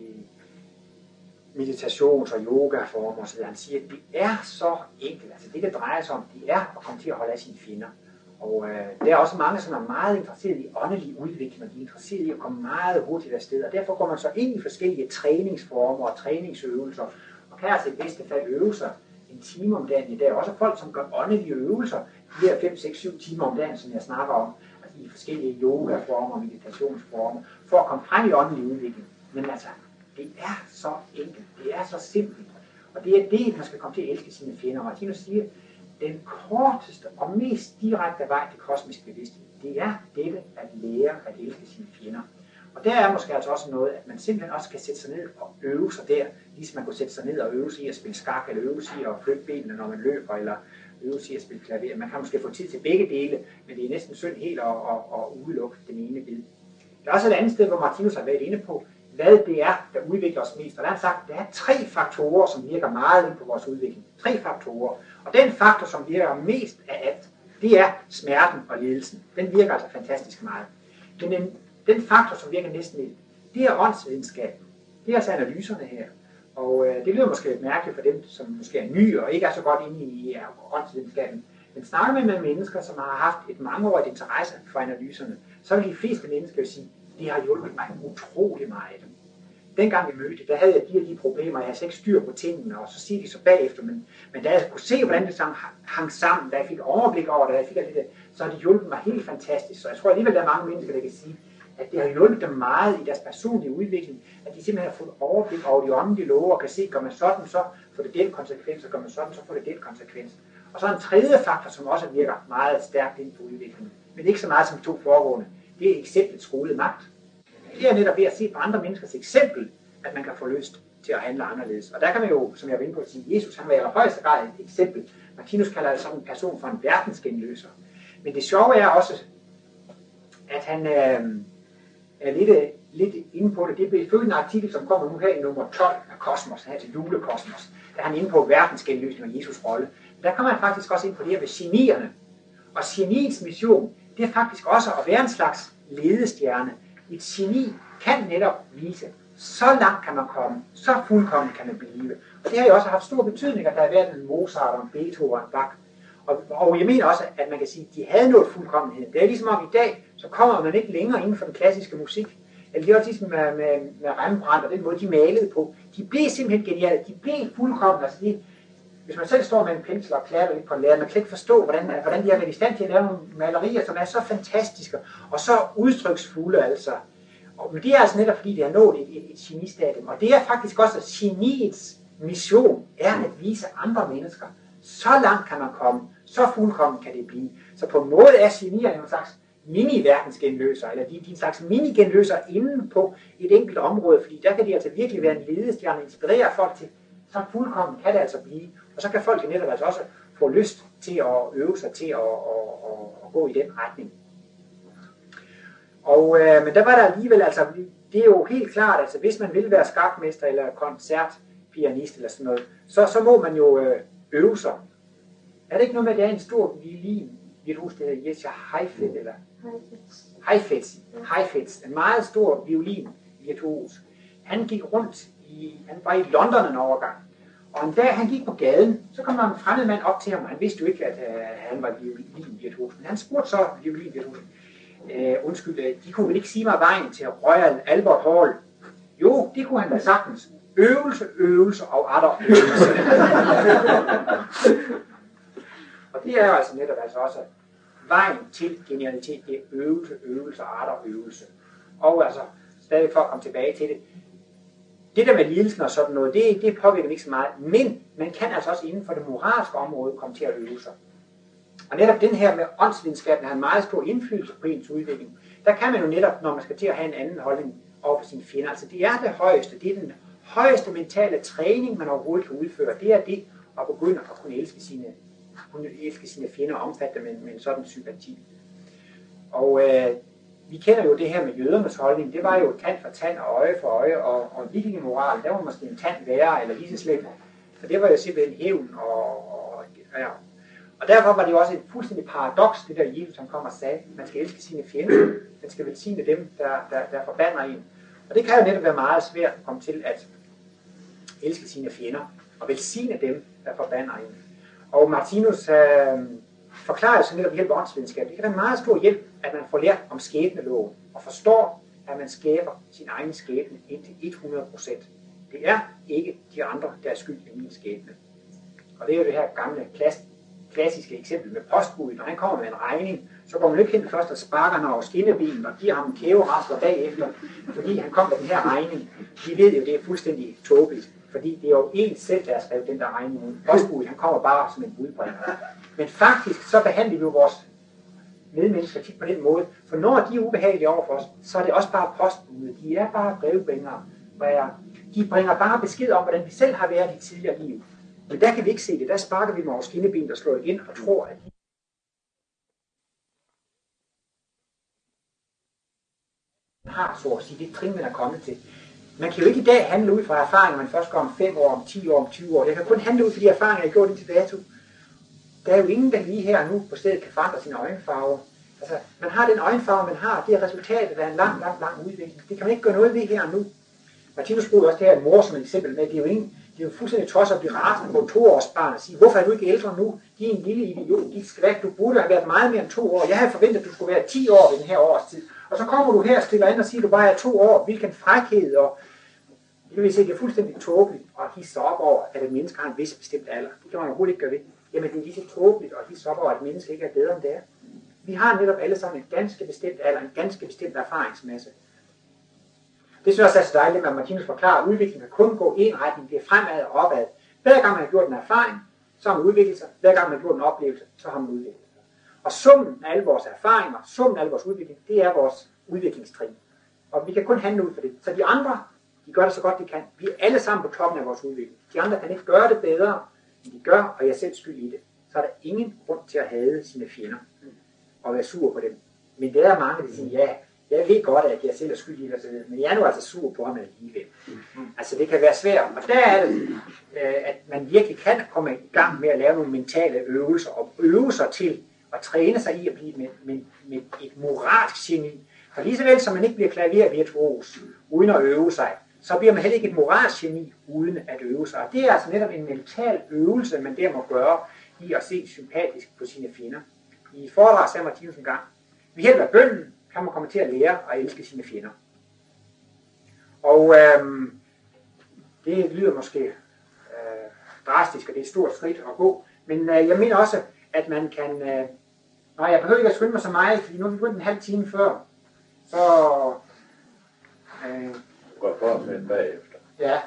meditations- og yogaformer osv. Han siger, at det er så enkelt. Altså det drejer sig om, det er at komme til at holde af sine fjender. Og der er også mange, som er meget interesseret i åndelig udvikling, og de er interesseret i at komme meget hurtigt afsted. Og derfor går man så ind i forskellige træningsformer og træningsøvelser, og kan altså i bedste fald øve sig en time om dagen. Der er også folk, som gør åndelige øvelser, de her 5, 6, 7 timer om dagen, som jeg snakker om, altså i forskellige yogaformer og meditationsformer, for at komme frem i åndelig udvikling. Men altså, det er så enkelt, det er så simpelt, og det er det, man skal komme til at elske sine fjender. Og Martinus siger, den korteste og mest direkte vej til kosmisk bevidsthed, det er dette at lære at elske sine fjender. Og der er måske altså også noget, at man simpelthen også kan sætte sig ned og øve sig der, ligesom man kunne sætte sig ned og øve sig i at spille skak, eller øve sig i at flytte benene, når man løber, eller øve sig i at spille klaver. Man kan måske få tid til begge dele, men det er næsten synd helt at udelukke den ene bid. Der er også et andet sted, hvor Martinus har været inde på, hvad det er, der udvikler os mest. Og der har han sagt, at der er 3 faktorer, som virker meget ind på vores udvikling. 3 faktorer. Og den faktor, som virker mest af alt, det er smerten og lidelsen. Den virker altså fantastisk meget. Men den faktor, som virker næsten lidt, det er åndsvidenskaben. Det er altså analyserne her. Og det lyder måske lidt mærkeligt for dem, som måske er nye og ikke er så godt inde i åndsvidenskaben. Men snakker man med mennesker, som har haft et mangeårigt interesse for analyserne, så vil de fleste mennesker jo sige, det har hjulpet mig utrolig meget. Dengang vi mødte, der havde jeg de problemer, jeg havde ikke styr på tingene, og så siger de så bagefter, men da jeg kunne se, hvordan det hang sammen, da jeg fik overblik over det, da jeg fik alt det, så har det hjulpet mig helt fantastisk. Så jeg tror alligevel, der er mange mennesker, der kan sige, at det har hjulpet dem meget i deres personlige udvikling, at de simpelthen har fået overblik over de åndelige love, og kan se, gør man sådan, så får det den konsekvens, og gør man sådan, så får det den konsekvens. Og så en tredje faktor, som også virker meget stærkt inden for udviklingen, men ikke så meget som 2 foregående, det er eksemplets skolede magt. Det er netop ved at se på andre menneskers eksempel, at man kan få lyst til at handle anderledes. Og der kan man jo, som jeg var inde på, sige, Jesus han var i højeste grad et eksempel. Martinus kalder det sådan en person for en verdensgenløser. Men det sjove er også, at han er lidt inde på det. Det blev ifølge en artikel, som kommer nu her i nummer 12 af Kosmos, her til Julekosmos. Der er han inde på verdensgenløsning og Jesus' rolle. Der kommer han faktisk også ind på det her med genierne. Og geniets mission, det er faktisk også at være en slags ledestjerne. Et geni kan netop vise, så langt kan man komme, så fuldkommen kan man blive. Og det har jo også haft stor betydning, at der har været en Mozart og en Beethoven og en Bach. Og jeg mener også, at man kan sige, at de havde nået fuldkommenhed. Det er ligesom om i dag, så kommer man ikke længere inden for den klassiske musik. Eller det var ligesom med Rembrandt og den måde, de malede på. De blev simpelthen geniale. De blev fuldkomne. Altså hvis man selv står med en pensel og klatter lidt på en lærer, man kan ikke forstå, hvordan de har været i stand til at lave nogle malerier, som er så fantastiske og så udtryksfulde. Altså. Men det er altså netop, fordi de har nået et genistadium. Og det er faktisk også, at geniets mission er at vise andre mennesker, så langt kan man komme, så fuldkommen kan det blive. Så på en måde er genierne en slags mini-verdensgenløser, eller de er en slags mini-genløser inden på et enkelt område, fordi der kan de altså virkelig være en ledestjerne og inspirere folk til, så fuldkommen kan det altså blive. Og så kan folk netop altså også få lyst til at øve sig til at gå i den retning. Og, men der var der alligevel, altså, det er jo helt klart, altså hvis man vil være skakmester eller koncertpianist eller sådan noget, så må man jo øve sig. Er det ikke noget med, at det er en stor violin, virtuos, der hedder Jesse Heifetz, eller? Heifetz, en meget stor violin virtuos. Han gik rundt han var i London en overgang, og en dag han gik på gaden, så kom der en fremmed mand op til ham, og han vidste jo ikke, at han var violinvirtuos, men han spurgte så violinvirtuosen, undskyld, de kunne vel ikke sige mig vejen til Royal Albert Hall? Jo, det kunne han da sagtens. øvelse og atter øvelse. Og det er jo altså netop altså også vejen til genialitet, det er øvelse og atter øvelse. Og altså, stadig for at komme tilbage til det, det der med lidelsen og sådan noget, det påvirker ikke så meget, men man kan altså også inden for det moralske område komme til at øve sig. Og netop den her med åndsvidenskaben har en meget stor indflydelse på ens udvikling. Der kan man jo netop, når man skal til at have en anden holdning over for sine fjender, altså det er det højeste, det er den højeste mentale træning, man overhovedet kan udføre, det er det at begynde at kunne elske sine fjender og omfatte med en sådan sympati. Og vi kender jo det her med jødernes holdning, det var jo tand for tand og øje for øje, og vikingemoral, der var måske en tand værre eller lige så slemt, for det var jo simpelthen hævn og derfor var det jo også et fuldstændig paradoks, det der Jesus han kom og sagde, man skal elske sine fjender, man skal velsigne dem, der forbander en. Og det kan jo netop være meget svært at komme til at elske sine fjender, og velsigne dem, der forbander en. Og Martinus forklarer så netop ved hjælp af åndsvidenskab. Det kan være en meget stor hjælp, at man får lært om skæbneloven, og forstår, at man skaber sin egen skæbne indtil 100%. Det er ikke de andre, der er skyld i min skæbne. Og det er jo det her gamle klassiske eksempel med postbuddet. Når han kommer med en regning, så går man ikke hen først og sparker han over skinnebilen og giver ham en kæverasler bagefter, fordi han kom med den her regning. Vi ved jo, det er fuldstændig tåbeligt, fordi det er jo en selv, der har skrevet den der regning ud. Postbuddet, han kommer bare som en budbringer. Men faktisk, så behandler vi jo vores medmennesker tit på den måde, for når de er ubehagelige over for os, så er det også bare postbuddet. De er bare brevbringere. De bringer bare besked om, hvordan vi selv har været i tidligere liv. Men der kan vi ikke se det. Der sparker vi med vores skinneben, der slår igen og tror, at de har så at sige det trin, man er kommet til. Man kan jo ikke i dag handle ud fra erfaringer, man først går om 5 år, om 10 år, om 20 år. Jeg kan kun handle ud fra de erfaringer, jeg har gjort indtil dato. Der er jo ingen, der lige her nu på stedet kan forandre sine øjenfarver. Altså, man har den øjenfarve, man har. Det er resultatet af en lang udvikling. Det kan man ikke gøre noget ved her og nu. Martinus bruger også det her mor som et eksempel med, det er jo fuldstændig tosset at blive rasende på 2-årsbarn og sige, hvorfor er du ikke ældre nu? De er en lille idiot. Du burde have været meget mere end 2 år. Jeg havde forventet, at du skulle være 10 år ved den her årstid. Og så kommer du her og stiller ind og siger, at du bare er 2 år. Hvilken frækhed. Og det vil sige, det er fuldstændig tåbeligt at hisse sig op over, at et menneske har en vis bestemt alder. Det kan man overhovedet ikke gøre ved. Jamen det er lige så tåbeligt at hisse sig op over, at et menneske ikke er bedre end det er. Vi har netop alle sammen en ganske bestemt alder, en ganske bestemt erfaringsmasse. Det synes jeg også er så dejligt, at Martinus forklarer, at udviklingen kan kun gå i en retning, det er fremad og opad. Hver gang man har gjort en erfaring, så har man udviklet sig. Hver gang man har gjort en oplevelse, så har man udviklet sig. Og summen af alle vores erfaringer, summen af alle vores udvikling, det er vores udviklingstrin. Og vi kan kun handle ud for det. Så de andre, de gør det så godt de kan. Vi er alle sammen på toppen af vores udvikling. De andre kan ikke gøre det bedre, end de gør, og jeg er selv skyld i det. Så er der ingen grund til at hade sine fjender og være sur på dem. Men det er mange, der siger, ja, jeg ved godt, at jeg selv er skyld i det, men jeg er nu altså sur på ham alligevel. Altså det kan være svært, og der er det, at man virkelig kan komme i gang med at lave nogle mentale øvelser, og øve sig til at træne sig i at blive med et moralsk geni. For lige så vel som man ikke bliver klavervirtuos uden at øve sig, så bliver man heller ikke et moralsk geni uden at øve sig. Og det er altså netop en mental øvelse, man der må gøre i at se sympatisk på sine fjender. I foredrag sagde Martinus en gang, ved hjælp af bønnen kan man komme til at lære at elske sine fjender. Og det lyder måske drastisk, og det er et stort skridt at gå, men jeg mener også, at man kan... jeg behøver ikke at skynde mig så meget, fordi nu er vi begyndt en halv time før, så... Går for at bagefter. Ja.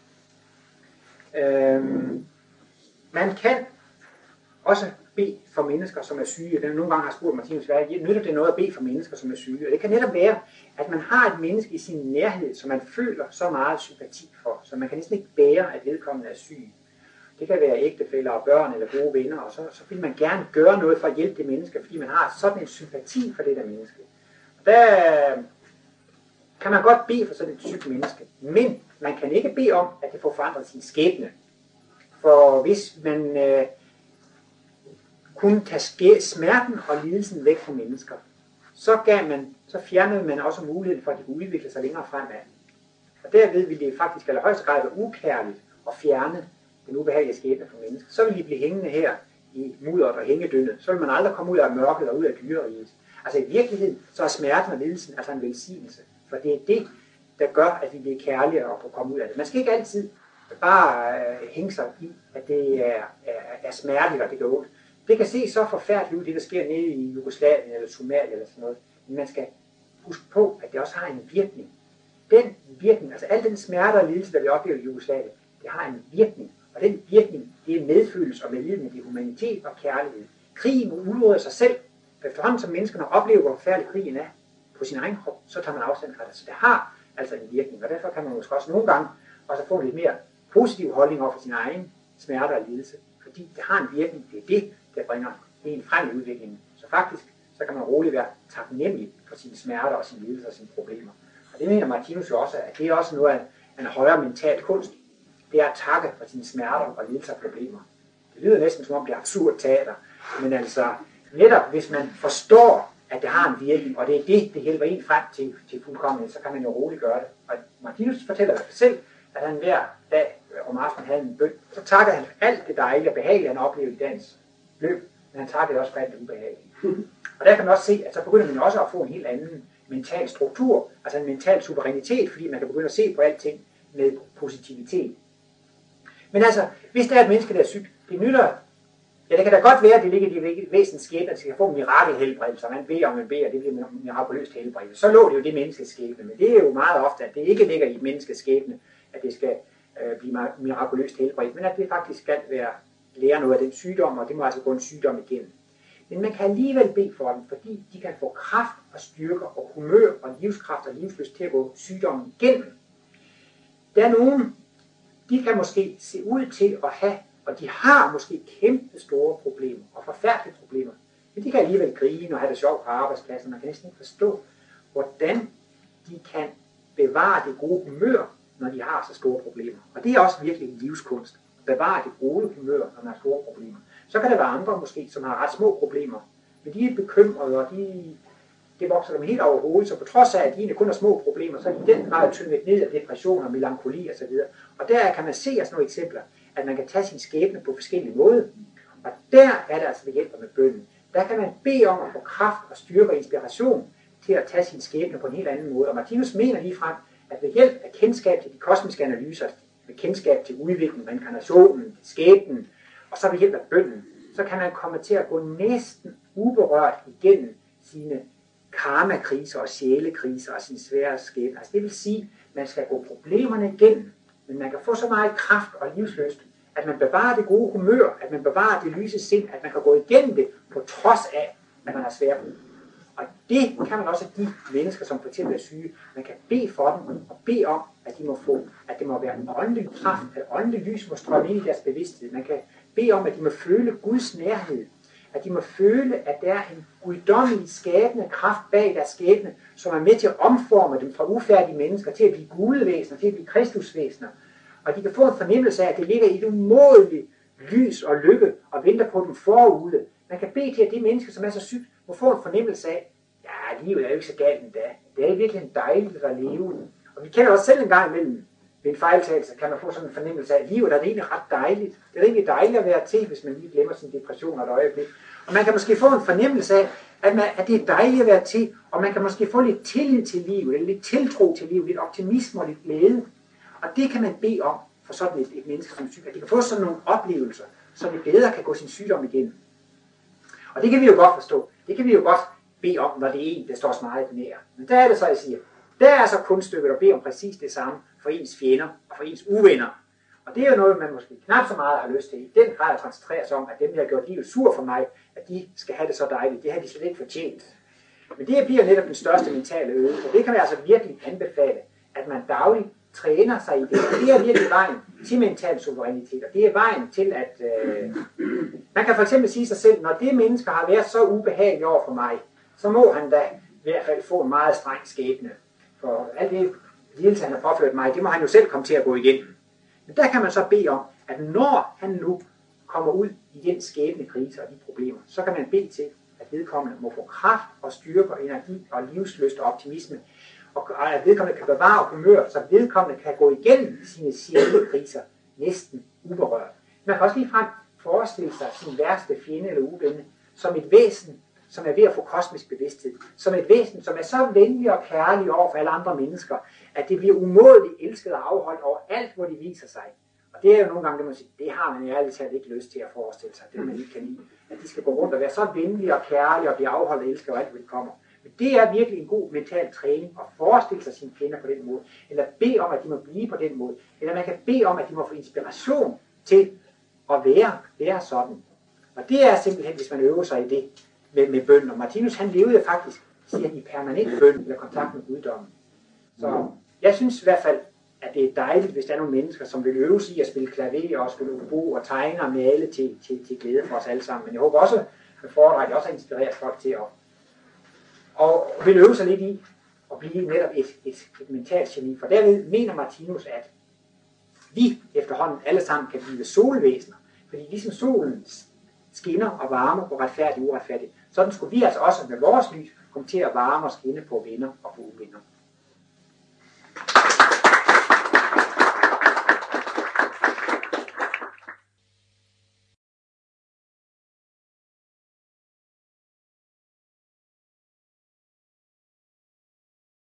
Man kan også bede for mennesker, som er syge. Den nogle gange har spurgt Martinus, hvad nytter det noget at bede for mennesker, som er syge? Og det kan netop være, at man har et menneske i sin nærhed, som man føler så meget sympati for, så man kan næsten ikke bære, at vedkommende er syg. Det kan være ægtefæller og børn eller gode venner, og så vil man gerne gøre noget for at hjælpe det menneske, fordi man har sådan en sympati for det der menneske. Og der kan man godt bede for sådan et sygt menneske, men man kan ikke bede om, at det får forandret sin skæbne. For hvis man kunne tage smerten og lidelsen væk fra mennesker, så fjernede man også muligheden for, at de kunne udvikle sig længere fremad. Og derved ville det faktisk i højeste grad være ukærligt at fjerne den ubehagelige skæbne fra mennesker. Så ville de blive hængende her i mudderet og hængedyndet. Så vil man aldrig komme ud af mørket og ud af dyreriget. Altså i virkeligheden, så er smerten og lidelsen altså en velsignelse. For det er det, der gør, at vi bliver kærlige og kan komme ud af det. Man skal ikke altid bare hænge sig i, at det er smerteligt og det gør ondt. Det kan se så forfærdeligt ud, det der sker nede i Jugoslavien eller Somalia eller sådan noget. Men man skal huske på, at det også har en virkning. Den virkning, altså al den smerte og lidelse, der vi oplever i Jugoslavien, det har en virkning. Og den virkning, det er medfølelse og medlidenhed, det er humanitet og kærlighed. Krigen må udrydde sig selv. Efterhånden som menneskerne oplever, hvor forfærdelig krigen er på sin egen krop, så tager man afstand fra det. Så det har altså en virkning, og derfor kan man måske også nogle gange også få en lidt mere positiv holdning over for sin egen smerte og lidelse. Fordi det har en virkning, det er det, der bringer en frem i udviklingen. Så faktisk, så kan man roligt være taknemmelig for sine smerter og sine lidelser og sine problemer. Og det mener Martinus jo også, at det er også noget af en højere mental kunst. Det er at takke for sine smerter og lidelser og problemer. Det lyder næsten som om det er absurd teater, men altså netop hvis man forstår, at det har en virkning, og det er det hjælper en frem til fuldkommenhed, så kan man jo roligt gøre det. Og Martinus fortæller selv, at han hver dag om aftenen havde en bøn, så takker han alt det dejlige og behagelige, han oplevede i dagens løb, men han takker også for alt det ubehagelige. Og der kan man også se, at så begynder man også at få en helt anden mental struktur, altså en mental suverænitet, fordi man kan begynde at se på alting med positivitet. Men altså, hvis der er et menneske, der er sygt, det nytter. Ja, det kan da godt være, at det ligger i væsentens skæbne, at det skal få en mirakelhelbredelse, og man beder om en beder, og det bliver mirakuløst helbredelse. Så lå det jo det menneskes skæbne, men det er jo meget ofte, at det ikke ligger i et menneskes skæbne, at det skal blive mirakuløst helbredt, men at det faktisk skal lære noget af den sygdom, og det må altså gå en sygdom igennem. Men man kan alligevel bede for dem, fordi de kan få kraft og styrke og humør og livskraft og livslyst til at gå sygdommen igennem. Der er nogen, de kan måske se ud til at have, og de har måske kæmpe store problemer og forfærdelige problemer, men de kan alligevel grine og have det sjovt på arbejdspladsen. Man kan næsten ikke forstå, hvordan de kan bevare det gode humør, når de har så store problemer. Og det er også virkelig en livskunst. Bevare det gode humør, når man har store problemer. Så kan der være andre måske, som har ret små problemer, men de er bekymrede, og det vokser dem helt over hovedet, så på trods af, at de egentlig kun har små problemer, så er de i den grad tyndet ned af depression og melankoli osv. Og der kan man se sådan nogle eksempler, at man kan tage sin skæbne på forskellige måder. Og der er det altså ved hjælp med bønnen. Der kan man bede om at få kraft og styrke og inspiration til at tage sin skæbne på en helt anden måde. Og Martinus mener ligefrem, at ved hjælp af kendskab til de kosmiske analyser, med kendskab til udviklingen, reinkarnationen, skæbnen, og så ved hjælp af bønnen, så kan man komme til at gå næsten uberørt igennem sine karmakriser og sjælekriser og sin svære skæbne. Altså det vil sige, at man skal gå problemerne igennem, men man kan få så meget kraft og livslyst, at man bevarer det gode humør, at man bevarer det lyse sind, at man kan gå igennem det på trods af, at man har svært. Og det kan man også give mennesker, som for eksempel er syge. Man kan bede for dem og bede om, at de må få, at det må være en åndelig kraft, at åndelig lys må strømme ind i deres bevidsthed. Man kan bede om, at de må føle Guds nærhed, at de må føle, at der er en guddommelig skabende kraft bag deres skæbne, som er med til at omforme dem fra ufærdige mennesker til at blive gudevæsener, til at blive kristusvæsener. Og de kan få en fornemmelse af, at det ligger i et umådeligt lys og lykke og venter på dem forude. Man kan bede til, at de mennesker, som er så sygt, må få en fornemmelse af, ja, livet er jo ikke så galt endda. Det er virkelig dejligt at leve. Og vi kender også selv en gang imellem, ved en fejltagelse, kan man få sådan en fornemmelse af, at livet er egentlig ret dejligt. Det er egentlig dejligt at være til, hvis man lige glemmer sin depression og et øjeblik. Og man kan måske få en fornemmelse af, at det er dejligt at være til, og man kan måske få lidt tillid til livet, eller lidt tiltro til livet, lidt optimisme og lidt glæde. Og det kan man bede om for sådan et menneske som syg, at de kan få sådan nogle oplevelser, så det bedre kan gå sin sygdom igennem. Og det kan vi jo godt forstå. Det kan vi jo godt bede om, når det er en, der står os meget nær. Men der er det så, jeg siger, der er så kunststykket at bede om præcis det samme for ens fjender og for ens uvenner. Og det er jo noget, man måske knap så meget har lyst til. I den grad at koncentrere sig om, at dem, der har gjort livet sur for mig, at de skal have det så dejligt. Det har de slet ikke fortjent. Men det bliver netop den største mentale øvelse. Og det kan man altså virkelig anbefale, at man dagligt træner sig i det. Og det er virkelig vejen til mental suverænitet. Og det er vejen til, at man kan for eksempel sige sig selv, når det mennesker har været så ubehageligt over for mig, så må han da i hvert fald få en meget streng skæbne. For alt det lidelse, han har påført mig, det må han jo selv komme til at gå igennem. Men der kan man så bede om, at når han nu kommer ud i den skæbne krise og de problemer, så kan man bede til, at vedkommende må få kraft og styrke og energi og livslyst og optimisme, og at vedkommende kan bevare humør, så vedkommende kan gå igennem sine sjælekriser næsten uberørt. Man kan også ligefrem forestille sig sin værste fjende eller uveninde som et væsen, som er ved at få kosmisk bevidsthed, som et væsen, som er så venlig og kærlig over for alle andre mennesker, at det bliver umådeligt elsket og afholdt over alt, hvor de viser sig. Og det er jo nogle gange, det man siger, det har man ærligt talt ikke lyst til at forestille sig, det man ikke kan lide. At de skal gå rundt og være så venlige og kærlige og blive afholdt og elsket og alt, hvad det kommer. Men det er virkelig en god mental træning at forestille sig sine fjender på den måde, eller bede om, at de må blive på den måde, eller man kan bede om, at de må få inspiration til at være sådan. Og det er simpelthen, hvis man øver sig i det med bøn. Og Martinus, han levede faktisk, siger han, i permanent bøn eller kontakt med guddommen. Så jeg synes i hvert fald, at det er dejligt, hvis der er nogle mennesker, som vil øve sig i at spille klaver og spille obo og tegne og male til glæde for os alle sammen. Men jeg håber også, at foredraget også har inspireret folk til at og vil øve sig lidt i at blive netop et mentalt geni. For derved mener Martinus, at vi efterhånden alle sammen kan blive solvæsener. Fordi ligesom solen skinner og varmer på retfærdigt og uretfærdigt, sådan skulle vi altså også med vores lys komme til at varme og skinne på venner og på uvenner.